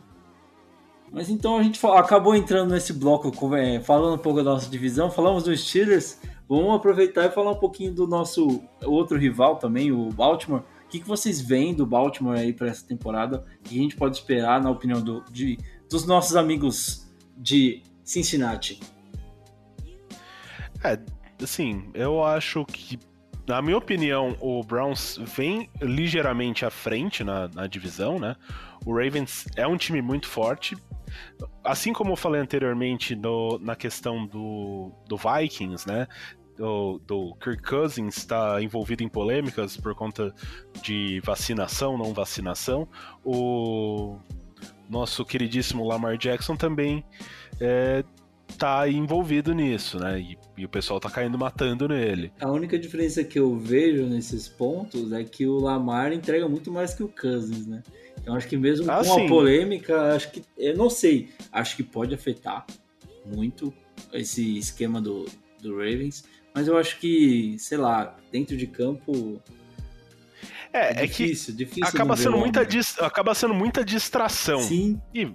Mas então a gente acabou entrando nesse bloco, falando um pouco da nossa divisão, falamos dos Steelers, vamos aproveitar e falar um pouquinho do nosso outro rival também, o Baltimore. O que, que vocês veem do Baltimore aí para essa temporada? O que a gente pode esperar, na opinião do, de, dos nossos amigos de Cincinnati? É, assim, eu acho que, na minha opinião, o Browns vem ligeiramente à frente na, na divisão, né? O Ravens é um time muito forte. Assim como eu falei anteriormente no, na questão do, do Vikings, né? Do, do Kirk Cousins está envolvido em polêmicas por conta de vacinação, não vacinação. O nosso queridíssimo Lamar Jackson também é, tá envolvido nisso, né? E, e o pessoal tá caindo matando nele. A única diferença que eu vejo nesses pontos é que o Lamar entrega muito mais que o Cousins, né? Então acho que mesmo ah, com sim. a polêmica, acho que, eu não sei, acho que pode afetar muito esse esquema do, do Ravens, mas eu acho que, sei lá, dentro de campo é, é difícil, é que difícil acaba sendo muita dis, acaba sendo muita distração. Sim. E,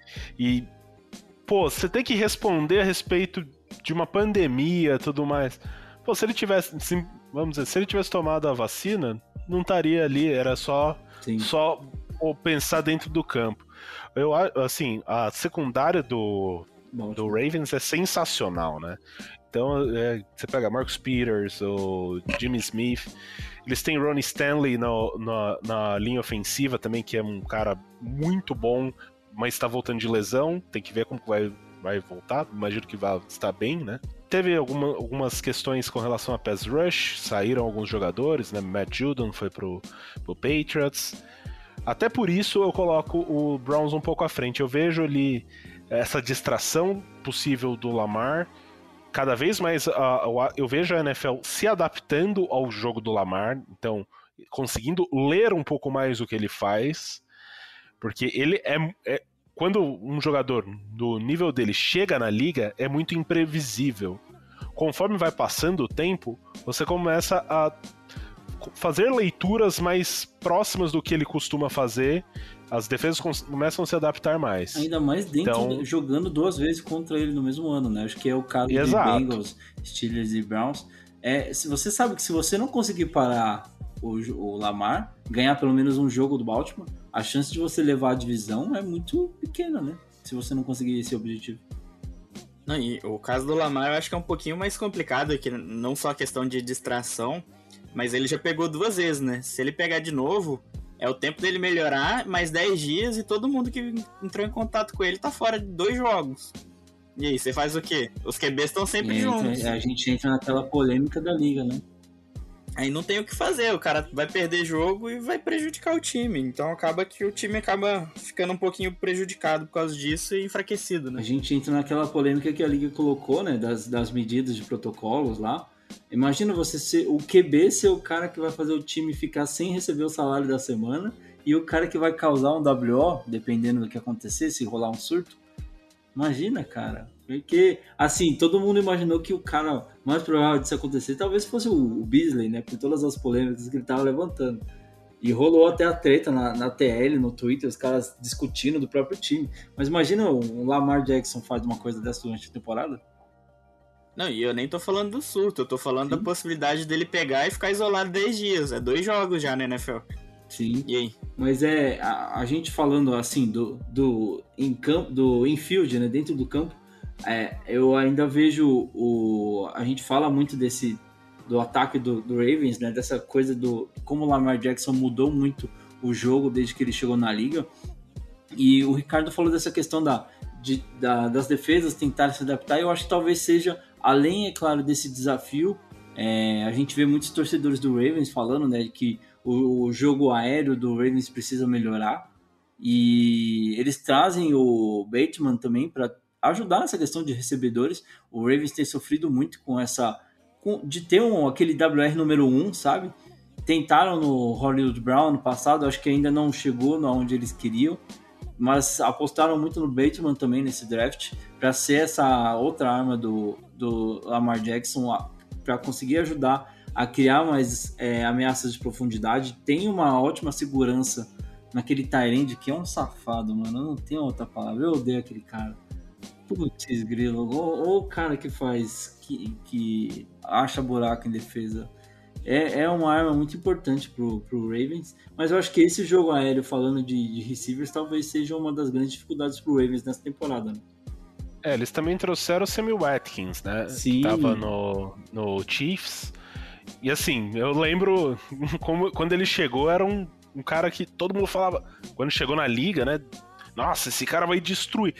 e pô, você tem que responder a respeito de uma pandemia e tudo mais. Pô, se ele tivesse, se, vamos dizer, se ele tivesse tomado a vacina, não estaria ali, era só, só pensar dentro do campo. Eu, assim, a secundária do, do Ravens é sensacional, né? Então, é, você pega Marcus Peters, o Jimmy Smith, eles têm Ronnie Stanley no, na, na linha ofensiva também, que é um cara muito bom, mas está voltando de lesão, tem que ver como vai, vai voltar, imagino que vai estar bem, né? Teve alguma, algumas questões com relação a pass rush, saíram alguns jogadores, né? Matt Judon foi pro, pro Patriots. Até por isso eu coloco o Browns um pouco à frente. Eu vejo ali essa distração possível do Lamar. Cada vez mais uh, eu vejo a N F L se adaptando ao jogo do Lamar, então conseguindo ler um pouco mais o que ele faz, porque ele é, é quando um jogador do nível dele chega na liga, é muito imprevisível. Conforme vai passando o tempo, você começa a fazer leituras mais próximas do que ele costuma fazer, as defesas começam a se adaptar mais. Ainda mais dentro, então, jogando duas vezes contra ele no mesmo ano, né? Acho que é o caso exato. de Bengals, Steelers e Browns. É, se você sabe que se você não conseguir parar o, o Lamar, ganhar pelo menos um jogo do Baltimore, a chance de você levar a divisão é muito pequena, né? Se você não conseguir esse objetivo. Não, e o caso do Lamar eu acho que é um pouquinho mais complicado, que não só a questão de distração, mas ele já pegou duas vezes, né? Se ele pegar de novo, é o tempo dele melhorar, mais dez dias e todo mundo que entrou em contato com ele tá fora de dois jogos. E aí, você faz o quê? Os Q Bs estão sempre e juntos. Entra, a gente entra naquela polêmica da liga, né? Aí não tem o que fazer, o cara vai perder jogo e vai prejudicar o time. Então acaba que o time acaba ficando um pouquinho prejudicado por causa disso e enfraquecido, né? A gente entra naquela polêmica que a liga colocou, né? Das, das medidas de protocolos lá. Imagina você ser o Q B ser o cara que vai fazer o time ficar sem receber o salário da semana e o cara que vai causar um W O, dependendo do que acontecer, se rolar um surto. Imagina, cara. Porque, assim, todo mundo imaginou que o cara mais provável disso acontecer talvez fosse o Beasley, né? Por todas as polêmicas que ele tava levantando. E rolou até a treta na, na T L, no Twitter, os caras discutindo do próprio time. Mas imagina o Lamar Jackson faz uma coisa dessa durante a temporada. Não, e eu nem tô falando do surto, eu tô falando Sim. da possibilidade dele pegar e ficar isolado dez dias. É dois jogos já na N F L. Sim. E aí? Mas é, a, a gente falando assim do, do, in camp, do infield, né, dentro do campo, é, eu ainda vejo o... A gente fala muito desse do ataque do, do Ravens, né, dessa coisa do... Como o Lamar Jackson mudou muito o jogo desde que ele chegou na liga. E o Ricardo falou dessa questão da, de, da, das defesas tentarem se adaptar. Eu acho que talvez seja, além, é claro, desse desafio, é, a gente vê muitos torcedores do Ravens falando, né, que o, o jogo aéreo do Ravens precisa melhorar. E eles trazem o Bateman também para ajudar nessa questão de recebedores. O Ravens tem sofrido muito com essa... Com, de ter um, aquele W R número um, sabe? Tentaram no Hollywood Brown no passado, acho que ainda não chegou onde eles queriam, mas apostaram muito no Bateman também nesse draft para ser essa outra arma do, do Lamar Jackson, para conseguir ajudar a criar mais é, ameaças de profundidade. Tem uma ótima segurança naquele tight end que é um safado, mano. Eu não tenho outra palavra, eu odeio aquele cara. Putz, grilo. Ou o cara que faz, que, que acha buraco em defesa. É, é uma arma muito importante pro, pro Ravens, mas eu acho que esse jogo aéreo, falando de, de receivers, talvez seja uma das grandes dificuldades pro Ravens nessa temporada. Né? É, eles também trouxeram o Sammy Watkins, né? Sim. Que tava no, no Chiefs. E assim, eu lembro como, quando ele chegou, era um, um cara que todo mundo falava, quando chegou na liga, né? Nossa, esse cara vai destruir.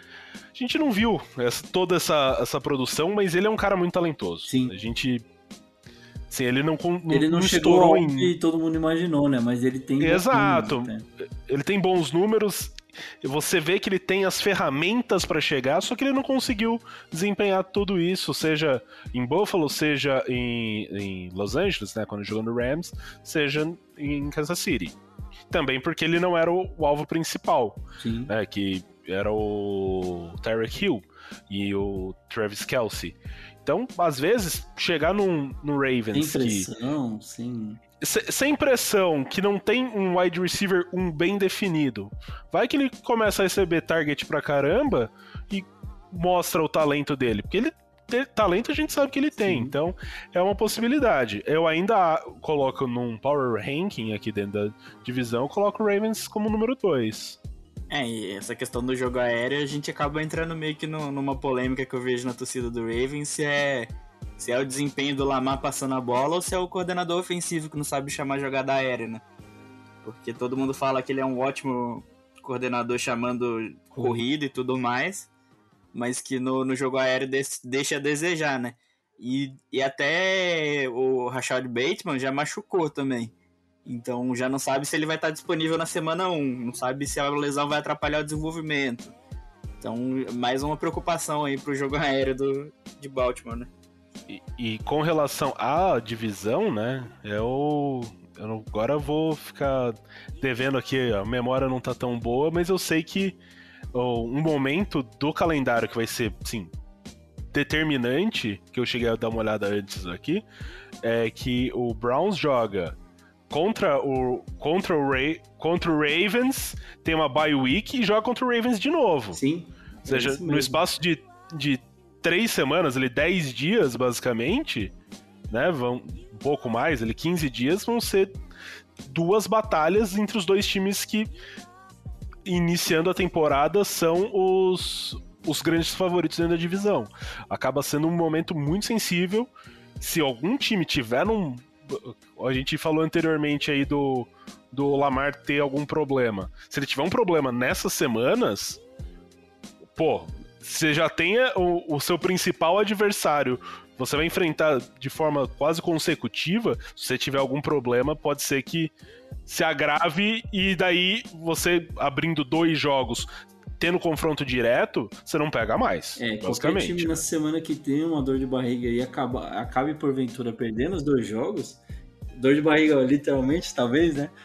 A gente não viu essa, toda essa, essa produção, mas ele é um cara muito talentoso. Sim. A gente... Assim, ele não, não, ele não, não chegou estourou ao em... que todo mundo imaginou, né? Mas ele tem... Exato. Bons números, né? Ele tem bons números. Você vê que ele tem as ferramentas para chegar, só que ele não conseguiu desempenhar tudo isso, seja em Buffalo, seja em, em Los Angeles, né, quando jogou no Rams, seja em Kansas City. Também porque ele não era o, o alvo principal, Sim. Né, que era o Tyreek Hill e o Travis Kelce. Então, às vezes, chegar num, no Ravens sem pressão, que... sim. Sem pressão, que não tem um wide receiver um bem definido. Vai que ele começa a receber target pra caramba e mostra o talento dele. Porque ele tem talento, a gente sabe que ele tem. Sim. Então, é uma possibilidade. Eu ainda coloco num power ranking aqui dentro da divisão, eu coloco o Ravens como número dois. É, e essa questão do jogo aéreo, a gente acaba entrando meio que no, numa polêmica que eu vejo na torcida do Ravens, se é, se é o desempenho do Lamar passando a bola ou se é o coordenador ofensivo que não sabe chamar jogada aérea, né? Porque todo mundo fala que ele é um ótimo coordenador chamando corrida e tudo mais, mas que no, no jogo aéreo deixa a desejar, né? E, e até o Rashad Bateman já machucou também. Então já não sabe se ele vai estar disponível na semana um, não sabe se a lesão vai atrapalhar o desenvolvimento. Então, mais uma preocupação aí pro jogo aéreo do, de Baltimore, né? E, e com relação à divisão, né, eu, eu agora vou ficar devendo aqui, a memória não tá tão boa, mas eu sei que oh, um momento do calendário que vai ser, sim, determinante, que eu cheguei a dar uma olhada antes aqui, é que o Browns joga Contra o, contra, o Ra- contra o Ravens, tem uma bye week e joga contra o Ravens de novo. Sim. Ou seja, é no espaço de, de três semanas, ali, dez dias, basicamente, né? Vão, um pouco mais, ali, quinze dias, vão ser duas batalhas entre os dois times que, iniciando a temporada, são os, os grandes favoritos dentro da divisão. Acaba sendo um momento muito sensível. Se algum time tiver num. A gente falou anteriormente aí do, do Lamar ter algum problema. Se ele tiver um problema nessas semanas, pô, você já tem o, o seu principal adversário, você vai enfrentar de forma quase consecutiva. Se você tiver algum problema, pode ser que se agrave e daí você abrindo dois jogos, tendo confronto direto, você não pega mais. É, qualquer time nessa semana que tem uma dor de barriga e acaba, acabe porventura perdendo os dois jogos, dor de barriga literalmente, talvez, né?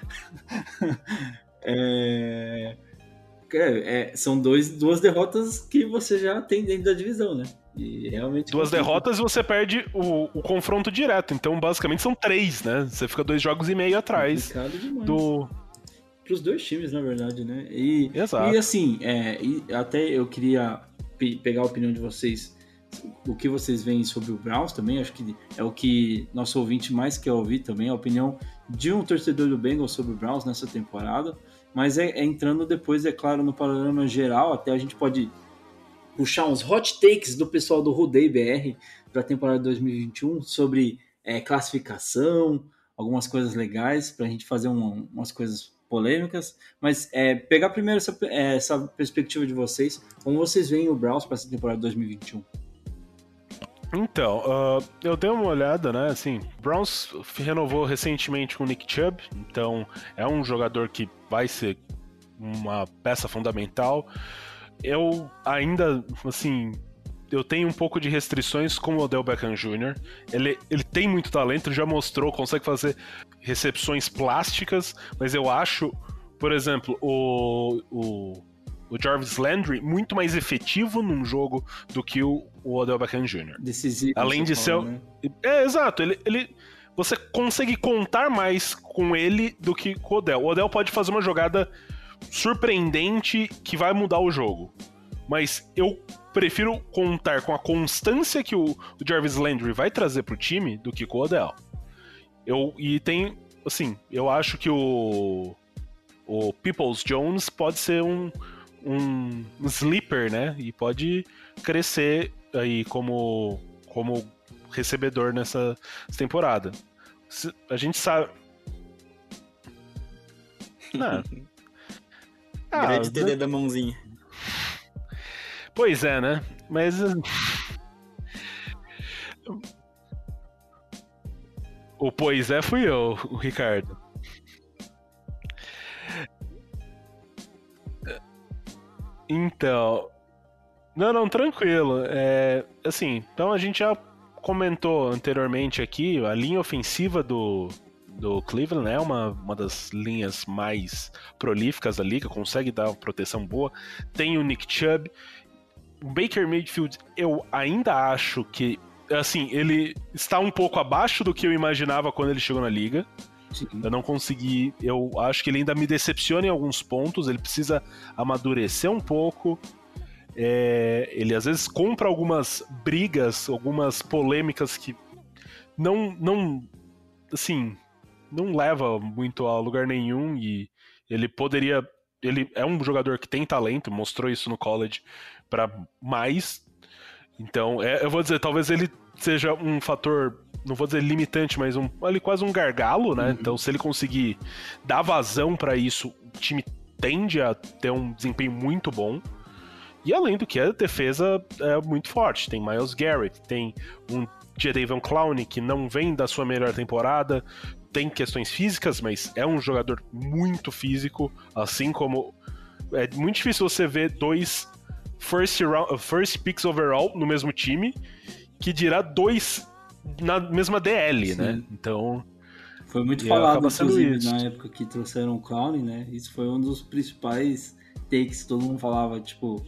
é, é, são dois, duas derrotas que você já tem dentro da divisão, né? E realmente duas derrotas e você perde o, o confronto direto. Então, basicamente, são três, né? Você fica dois jogos e meio atrás do... Pros dois times, na verdade, né? E, Exato. E assim, é, e até eu queria pe- pegar a opinião de vocês, o que vocês veem sobre o Browns também, acho que é o que nosso ouvinte mais quer ouvir também, a opinião de um torcedor do Bengals sobre o Browns nessa temporada, mas é, é entrando depois, é claro, no panorama geral, até a gente pode puxar uns hot takes do pessoal do Rudei B R para a temporada dois mil e vinte e um sobre é, classificação, algumas coisas legais, para a gente fazer um, umas coisas polêmicas, mas é, pegar primeiro essa, essa perspectiva de vocês, como vocês veem o Browns para essa temporada dois mil e vinte e um? Então, uh, eu dei uma olhada, né, assim, Browns renovou recentemente com o Nick Chubb, então é um jogador que vai ser uma peça fundamental. Eu ainda, assim, eu tenho um pouco de restrições com o Odell Beckham Júnior Ele, ele tem muito talento, já mostrou, consegue fazer recepções plásticas, mas eu acho, por exemplo, o, o, o Jarvis Landry muito mais efetivo num jogo do que o, o Odell Beckham Júnior Decisivo. Além de ser... Né? É, exato, ele... ele você consegue contar mais com ele do que com o Odell. O Odell pode fazer uma jogada surpreendente que vai mudar o jogo. Mas eu prefiro contar com a constância que o, o Jarvis Landry vai trazer pro time do que com o Odell. Eu, e tem, assim, eu acho que o, o Peoples-Jones pode ser um, um sleeper, né? E pode crescer aí como, como recebedor nessa temporada. A gente sabe... Não. Ah, Grande T D da mãozinha. Pois é, né? Mas... O pois é fui eu, o Ricardo. Então... Não, não, tranquilo. É, assim, então a gente já comentou anteriormente aqui, a linha ofensiva do, do Cleveland é uma, uma das linhas mais prolíficas da liga, consegue dar uma proteção boa. Tem o Nick Chubb. O Baker Mayfield, eu ainda acho que, assim, ele está um pouco abaixo do que eu imaginava quando ele chegou na liga. Sim. Eu não consegui, eu acho que ele ainda me decepciona em alguns pontos, ele precisa amadurecer um pouco. É, ele às vezes compra algumas brigas, algumas polêmicas que não, não, assim, não leva muito a lugar nenhum, e ele poderia, ele é um jogador que tem talento, mostrou isso no college para mais, então é, eu vou dizer, talvez ele seja um fator, não vou dizer limitante, mas um, ele quase um gargalo, né? Uhum. Então se ele conseguir dar vazão para isso, o time tende a ter um desempenho muito bom. E além do que, a defesa é muito forte. Tem Myles Garrett, tem um Jadeveon Clowney que não vem da sua melhor temporada, tem questões físicas, mas é um jogador muito físico, assim como... É muito difícil você ver dois first, round, first picks overall no mesmo time, que dirá dois na mesma D L, Sim. né? Então... Foi muito falado, inclusive, isso. na época que trouxeram o Clowney, né? Isso foi um dos principais takes que todo mundo falava, tipo...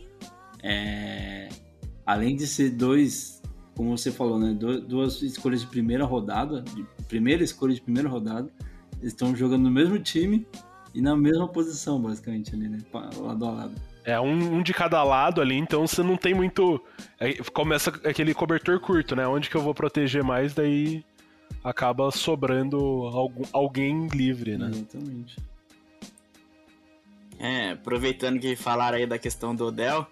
É, além de ser dois, como você falou, né, duas escolhas de primeira rodada, de primeira escolha de primeira rodada, eles estão jogando no mesmo time e na mesma posição, basicamente, ali, né, lado a lado. É, um, um de cada lado ali, então você não tem muito... É, começa aquele cobertor curto, né, onde que eu vou proteger mais, daí acaba sobrando algum, alguém livre, né. Exatamente. É, aproveitando que falaram aí da questão do Odell...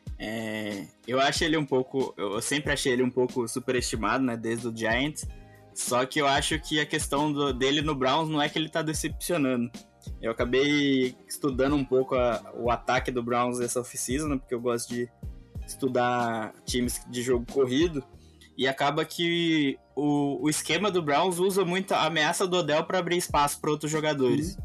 É, eu acho ele um pouco, eu sempre achei ele um pouco superestimado, né, desde o Giants, só que eu acho que a questão do, dele no Browns não é que ele tá decepcionando. Eu acabei estudando um pouco a, o ataque do Browns essa off-season, né, porque eu gosto de estudar times de jogo corrido, e acaba que o, o esquema do Browns usa muito a ameaça do Odell para abrir espaço para outros jogadores. Uhum.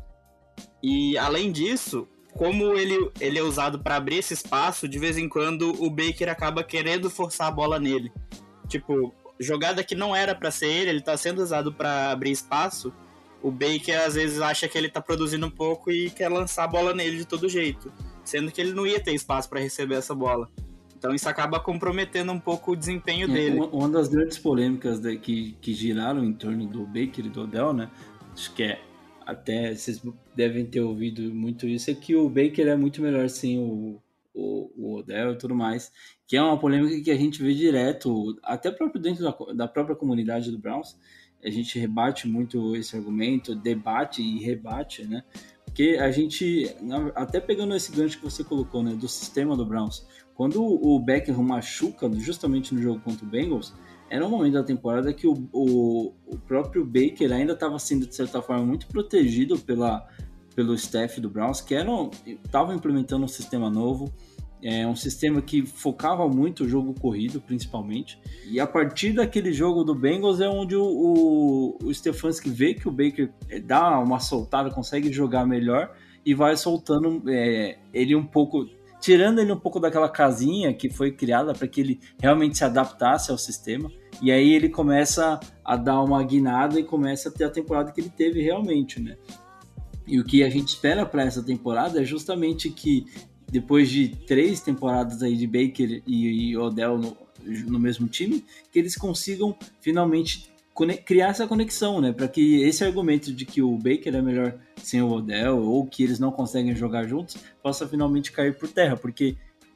E além disso, como ele, ele é usado para abrir esse espaço, de vez em quando o Baker acaba querendo forçar a bola nele. Tipo, jogada que não era para ser ele, ele tá sendo usado para abrir espaço, o Baker às vezes acha que ele tá produzindo um pouco e quer lançar a bola nele de todo jeito, sendo que ele não ia ter espaço para receber essa bola. Então isso acaba comprometendo um pouco o desempenho é, dele. Uma das grandes polêmicas de, que, que giraram em torno do Baker e do Odell, né, acho que é até vocês devem ter ouvido muito isso, é que o Baker é muito melhor sem o, o, o Odell e tudo mais, que é uma polêmica que a gente vê direto, até próprio dentro da, da própria comunidade do Browns, a gente rebate muito esse argumento, debate e rebate, né? Porque a gente, até pegando esse gancho que você colocou, né, do sistema do Browns, quando o Beckham machuca justamente no jogo contra o Bengals, era um momento da temporada que o, o, o próprio Baker ainda estava sendo, de certa forma, muito protegido pela, pelo staff do Browns, que estava implementando um sistema novo, é, um sistema que focava muito o jogo corrido, principalmente. E a partir daquele jogo do Bengals é onde o, o, o Stefanski vê que o Baker dá uma soltada, consegue jogar melhor e vai soltando é, ele um pouco... tirando ele um pouco daquela casinha que foi criada para que ele realmente se adaptasse ao sistema, e aí ele começa a dar uma guinada e começa a ter a temporada que ele teve realmente, né? E o que a gente espera para essa temporada é justamente que depois de três temporadas aí de Baker e, e Odell no, no mesmo time, que eles consigam finalmente criar essa conexão, né? Para que esse argumento de que o Baker é melhor sem o Odell ou que eles não conseguem jogar juntos possa finalmente cair por terra, porque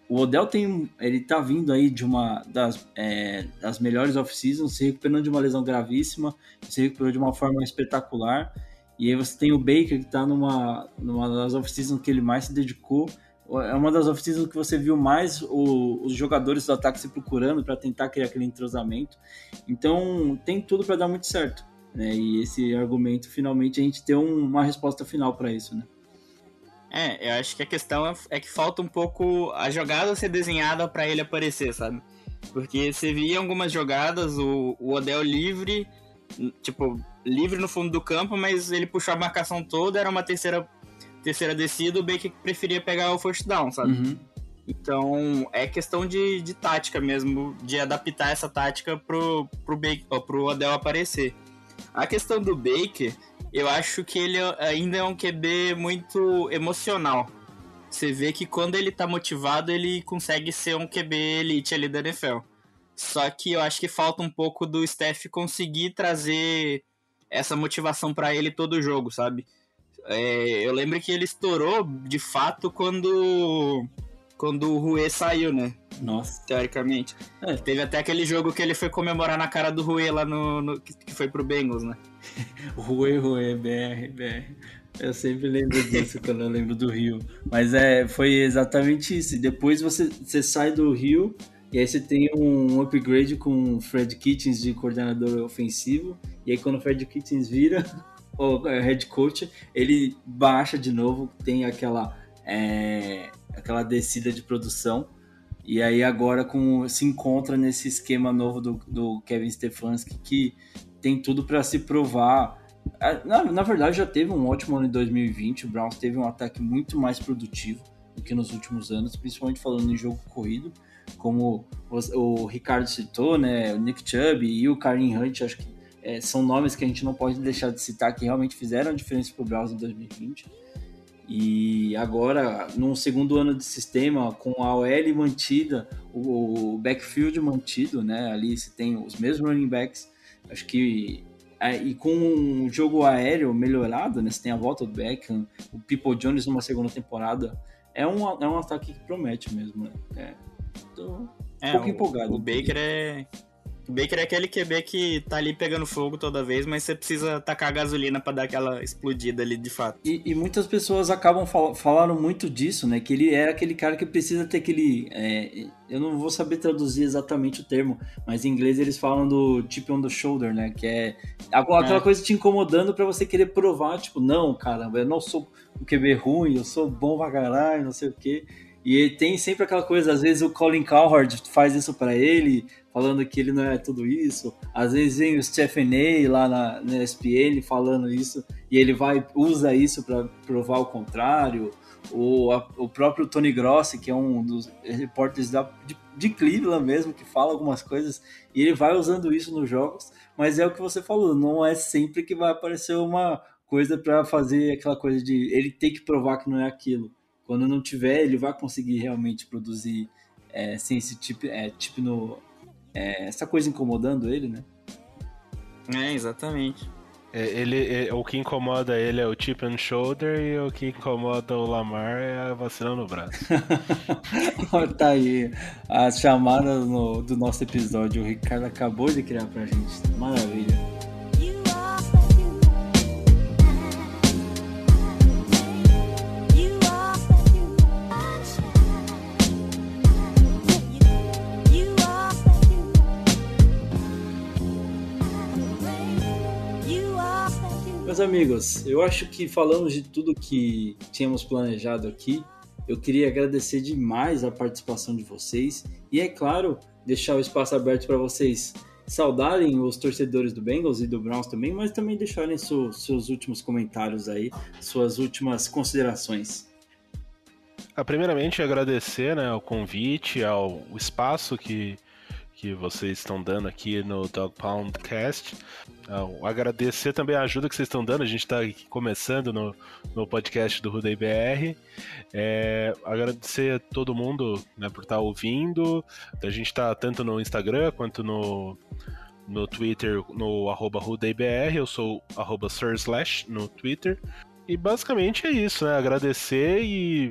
o Odell tem, ele tá vindo aí de uma das, é, das melhores off-seasons, se recuperando de uma lesão gravíssima, se recuperou de uma forma espetacular. E aí você tem o Baker, que tá numa, numa das off-seasons que ele mais se dedicou. É uma das off-seasons que você viu mais o, os jogadores do ataque se procurando para tentar criar aquele entrosamento. Então tem tudo para dar muito certo, né? E esse argumento, finalmente, a gente tem um, uma resposta final para isso, né? É, eu acho que a questão é, é que falta um pouco a jogada ser desenhada para ele aparecer, sabe? Porque você via algumas jogadas, o, o Odell livre, tipo, livre no fundo do campo, mas ele puxou a marcação toda, era uma terceira... terceira descida, o Baker preferia pegar o first down, sabe? Uhum. Então, é questão de, de tática mesmo, de adaptar essa tática pro, pro, Baker, ó, pro Odell aparecer. A questão do Baker, eu acho que ele ainda é um Q B muito emocional. Você vê que quando ele tá motivado, ele consegue ser um Q B elite ali da N F L. Só que eu acho que falta um pouco do staff conseguir trazer essa motivação pra ele todo jogo, sabe? É, eu lembro que ele estourou, de fato, quando, quando o Rui saiu, né? Nossa. Teoricamente. É. Teve até aquele jogo que ele foi comemorar na cara do Rui lá no, no... que foi pro Bengals, né? Rui, Rui, B R, B R. Eu sempre lembro disso quando eu lembro do Rio. Mas é, foi exatamente isso. E depois você, você sai do Rio e aí você tem um upgrade com o Fred Kitchens de coordenador ofensivo. E aí quando o Fred Kitchens vira... o head coach, ele baixa de novo, tem aquela, é, aquela descida de produção, e aí agora com, se encontra nesse esquema novo do, do Kevin Stefanski, que tem tudo para se provar. Na, na verdade, já teve um ótimo ano em dois mil e vinte, o Browns teve um ataque muito mais produtivo do que nos últimos anos, principalmente falando em jogo corrido, como o, o Ricardo citou, né, o Nick Chubb e o Kareem Hunt, acho que É, são nomes que a gente não pode deixar de citar, que realmente fizeram a diferença para o Browns em dois mil e vinte. E agora, num segundo ano de sistema, com a O L mantida, o, o backfield mantido, né? Ali se tem os mesmos running backs, acho que... É, e com um jogo aéreo melhorado, né? Você tem a volta do Beckham, o People Jones numa segunda temporada, é um, é um ataque que promete mesmo, né? É, tô um é, pouco o, empolgado. O Baker é... O Baker é aquele Q B que tá ali pegando fogo toda vez, mas você precisa tacar gasolina pra dar aquela explodida ali de fato. E, e muitas pessoas acabam fal- falaram muito disso, né? Que ele era aquele cara que precisa ter aquele... É, eu não vou saber traduzir exatamente o termo, mas em inglês eles falam do chip on the shoulder, né? Que é aquela é. coisa te incomodando pra você querer provar, tipo, não, caramba, eu não sou um Q B ruim, eu sou bom pra caralho, não sei o quê. E tem sempre aquela coisa, às vezes o Colin Cowherd faz isso pra ele, falando que ele não é tudo isso. Às vezes vem o Stephen A lá na, na E S P N falando isso, e ele vai usa isso pra provar o contrário. O, a, o próprio Tony Grossi, que é um dos repórteres da, de, de Cleveland mesmo, que fala algumas coisas, e ele vai usando isso nos jogos, mas é o que você falou, não é sempre que vai aparecer uma coisa pra fazer aquela coisa de ele ter que provar que não é aquilo. Quando não tiver, ele vai conseguir realmente produzir é, sem esse tipo, é, tipo no, é, essa coisa incomodando ele, né? É, exatamente. É, ele, é, o que incomoda ele é o chip and shoulder e o que incomoda o Lamar é a vacina no braço. Tá aí a chamada no, do nosso episódio. O Ricardo acabou de criar pra gente. Maravilha. Meus amigos, eu acho que falamos de tudo que tínhamos planejado aqui. Eu queria agradecer demais a participação de vocês e, é claro, deixar o espaço aberto para vocês saudarem os torcedores do Bengals e do Browns também, mas também deixarem su- seus últimos comentários aí, suas últimas considerações. Ah, primeiramente, agradecer, né, o convite, ao o espaço que, que vocês estão dando aqui no Dog Pound Cast. Uh, agradecer também a ajuda que vocês estão dando. A gente está começando no, no podcast do Rudei B R. É, agradecer a todo mundo, né, por estar tá ouvindo. A gente está tanto no Instagram quanto no, no Twitter, no arroba RudeiBR. Eu sou arroba Sir Slash no Twitter. E basicamente é isso, né? Agradecer e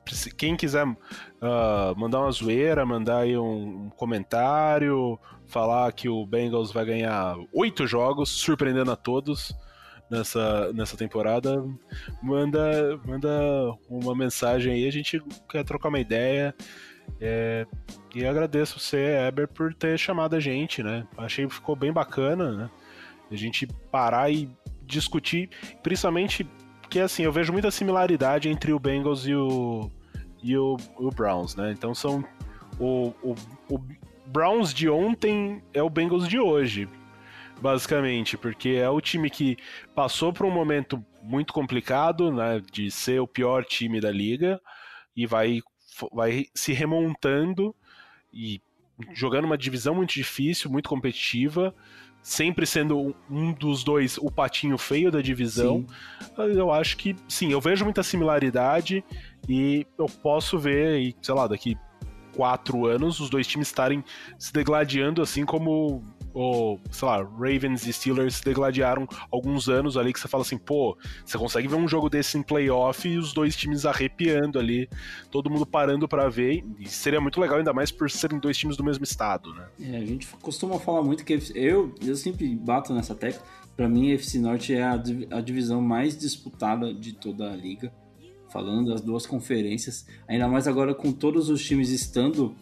quem quiser uh, mandar uma zoeira, mandar aí um, um comentário, falar que o Bengals vai ganhar oito jogos, surpreendendo a todos nessa, nessa temporada, manda, manda uma mensagem aí, a gente quer trocar uma ideia. É, e agradeço você, Eber, por ter chamado a gente, né? Achei que ficou bem bacana, né? A gente parar e discutir, principalmente porque, assim, eu vejo muita similaridade entre o Bengals e o, e o, o Browns, né? Então são... O, o, o Browns de ontem é o Bengals de hoje, basicamente, porque é o time que passou por um momento muito complicado, né? De ser o pior time da liga e vai, vai se remontando e jogando uma divisão muito difícil, muito competitiva, sempre sendo um dos dois o patinho feio da divisão. Sim. Eu acho que, sim, eu vejo muita similaridade e eu posso ver, e, sei lá, daqui quatro anos os dois times estarem se degladiando, assim como o, sei lá, Ravens e Steelers se degladiaram alguns anos ali, que você fala assim, pô, você consegue ver um jogo desse em playoff e os dois times arrepiando ali, todo mundo parando pra ver, e seria muito legal, ainda mais por serem dois times do mesmo estado, né? É, a gente costuma falar muito que eu, eu sempre bato nessa tecla, pra mim a F C Norte é a, a divisão mais disputada de toda a liga, falando das duas conferências, ainda mais agora com todos os times estando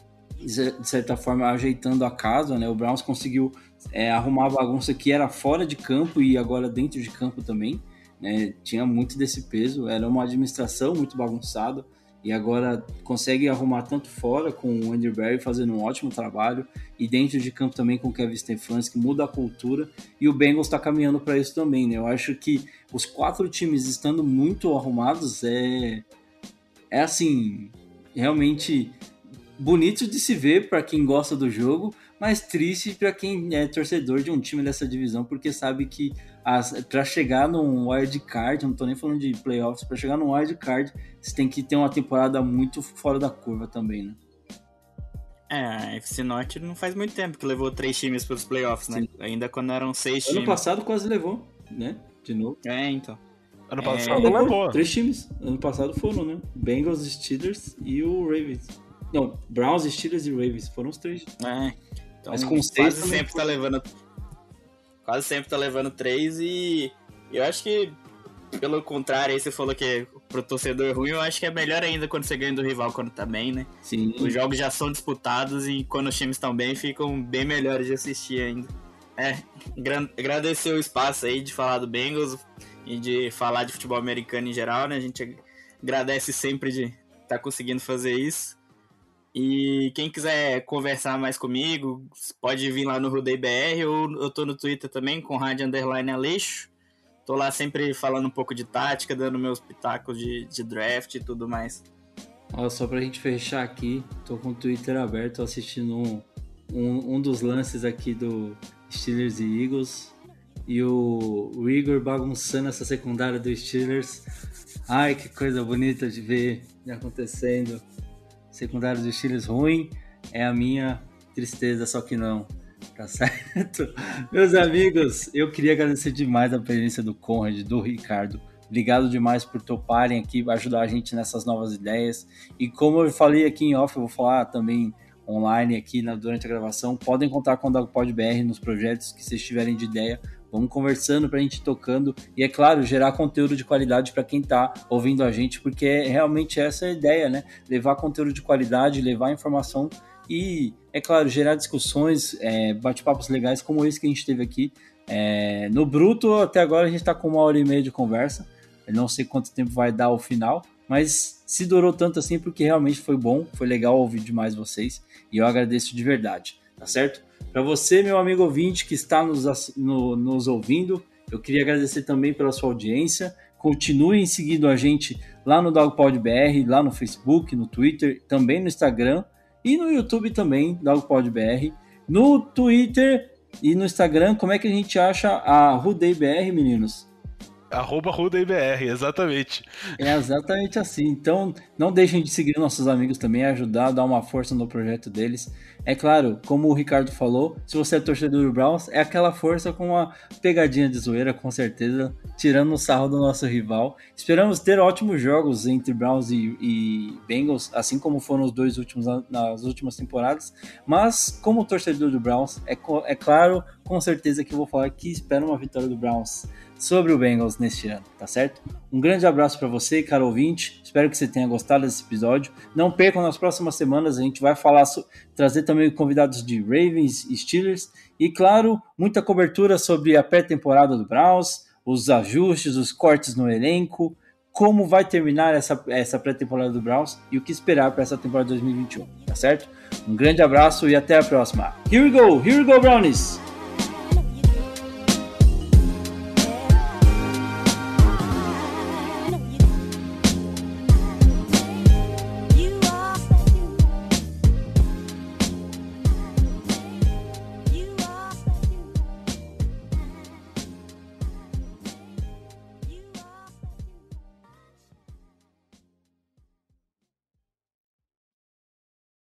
de certa forma ajeitando a casa, né? O Browns conseguiu é, arrumar a bagunça que era fora de campo e agora dentro de campo também, né? Tinha muito desse peso, era uma administração muito bagunçada e agora consegue arrumar tanto fora com o Andrew Berry fazendo um ótimo trabalho e dentro de campo também com o Kevin Stefanski, que muda a cultura, e o Bengals está caminhando para isso também, né? Eu acho que os quatro times estando muito arrumados é, é assim, realmente bonito de se ver para quem gosta do jogo, mas triste para quem é torcedor de um time dessa divisão, porque sabe que para chegar num wild card, não tô nem falando de playoffs, para chegar num wild card, você tem que ter uma temporada muito fora da curva também, né? É, a F C Norte não faz muito tempo que levou três times para os playoffs, né? Sim. Ainda quando eram seis ano times. Ano passado quase levou, né? De novo. É, então. Ano passado é, não levou. Três times. Ano passado foram, né? Bengals, Steelers e o Ravens. Não, Browns, Steelers e Ravens foram os três. É, então mas com quase sempre tá levando quase sempre tá levando três e eu acho que, pelo contrário, aí você falou que pro torcedor ruim, eu acho que é melhor ainda quando você ganha do rival quando tá bem, né? Sim. Os jogos já são disputados e quando os times estão bem, ficam bem melhores de assistir ainda. É, agradecer o espaço aí de falar do Bengals e de falar de futebol americano em geral, né? A gente agradece sempre de estar tá conseguindo fazer isso. E quem quiser conversar mais comigo, pode vir lá no Rudei B R, ou eu tô no Twitter também, com Conrad Underline Aleixo. Tô lá sempre falando um pouco de tática, dando meus pitacos de, de draft e tudo mais. Ó, só pra gente fechar aqui, tô com o Twitter aberto, assistindo um, um, um dos lances aqui do Steelers e Eagles. E o, o Igor bagunçando essa secundária do Steelers. Ai, que coisa bonita de ver acontecendo. Secundário dos Steelers ruim é a minha tristeza, só que não, tá certo? Meus amigos, eu queria agradecer demais a presença do Conrad, do Ricardo. Obrigado demais por toparem aqui, ajudar a gente nessas novas ideias. E como eu falei aqui em off, eu vou falar também online aqui na, durante a gravação, podem contar com o DogPod B R nos projetos que vocês tiverem de ideia. Vamos conversando pra gente ir tocando e, é claro, gerar conteúdo de qualidade para quem tá ouvindo a gente, porque é realmente essa a ideia, né? Levar conteúdo de qualidade, levar informação e, é claro, gerar discussões, é, bate-papos legais como esse que a gente teve aqui. É, no bruto, até agora, a gente tá com uma hora e meia de conversa. Eu não sei quanto tempo vai dar o final, mas se durou tanto assim, porque realmente foi bom, foi legal ouvir demais vocês e eu agradeço de verdade, tá certo? Para você, meu amigo ouvinte, que está nos, no, nos ouvindo, eu queria agradecer também pela sua audiência. Continuem seguindo a gente lá no DogPod B R, lá no Facebook, no Twitter, também no Instagram e no YouTube também, DogPod B R. No Twitter e no Instagram, como é que a gente acha a Rudei B R, meninos? Arroba RudaIBR, exatamente. É exatamente assim. Então, não deixem de seguir nossos amigos também, ajudar, dar uma força no projeto deles. É claro, como o Ricardo falou, se você é torcedor do Browns, é aquela força com uma pegadinha de zoeira, com certeza, tirando o sarro do nosso rival. Esperamos ter ótimos jogos entre Browns e, e Bengals, assim como foram os dois últimos nas últimas temporadas. Mas, como torcedor do Browns, é, é claro, com certeza que eu vou falar que espero uma vitória do Browns sobre o Bengals neste ano, tá certo? Um grande abraço para você, caro ouvinte. Espero que você tenha gostado desse episódio. Não percam, nas próximas semanas a gente vai falar, trazer também convidados de Ravens e Steelers e, claro, muita cobertura sobre a pré-temporada do Browns, os ajustes, os cortes no elenco, como vai terminar essa, essa pré-temporada do Browns e o que esperar para essa temporada dois mil e vinte e um, tá certo? Um grande abraço e até a próxima. Here we go, here we go, Brownies!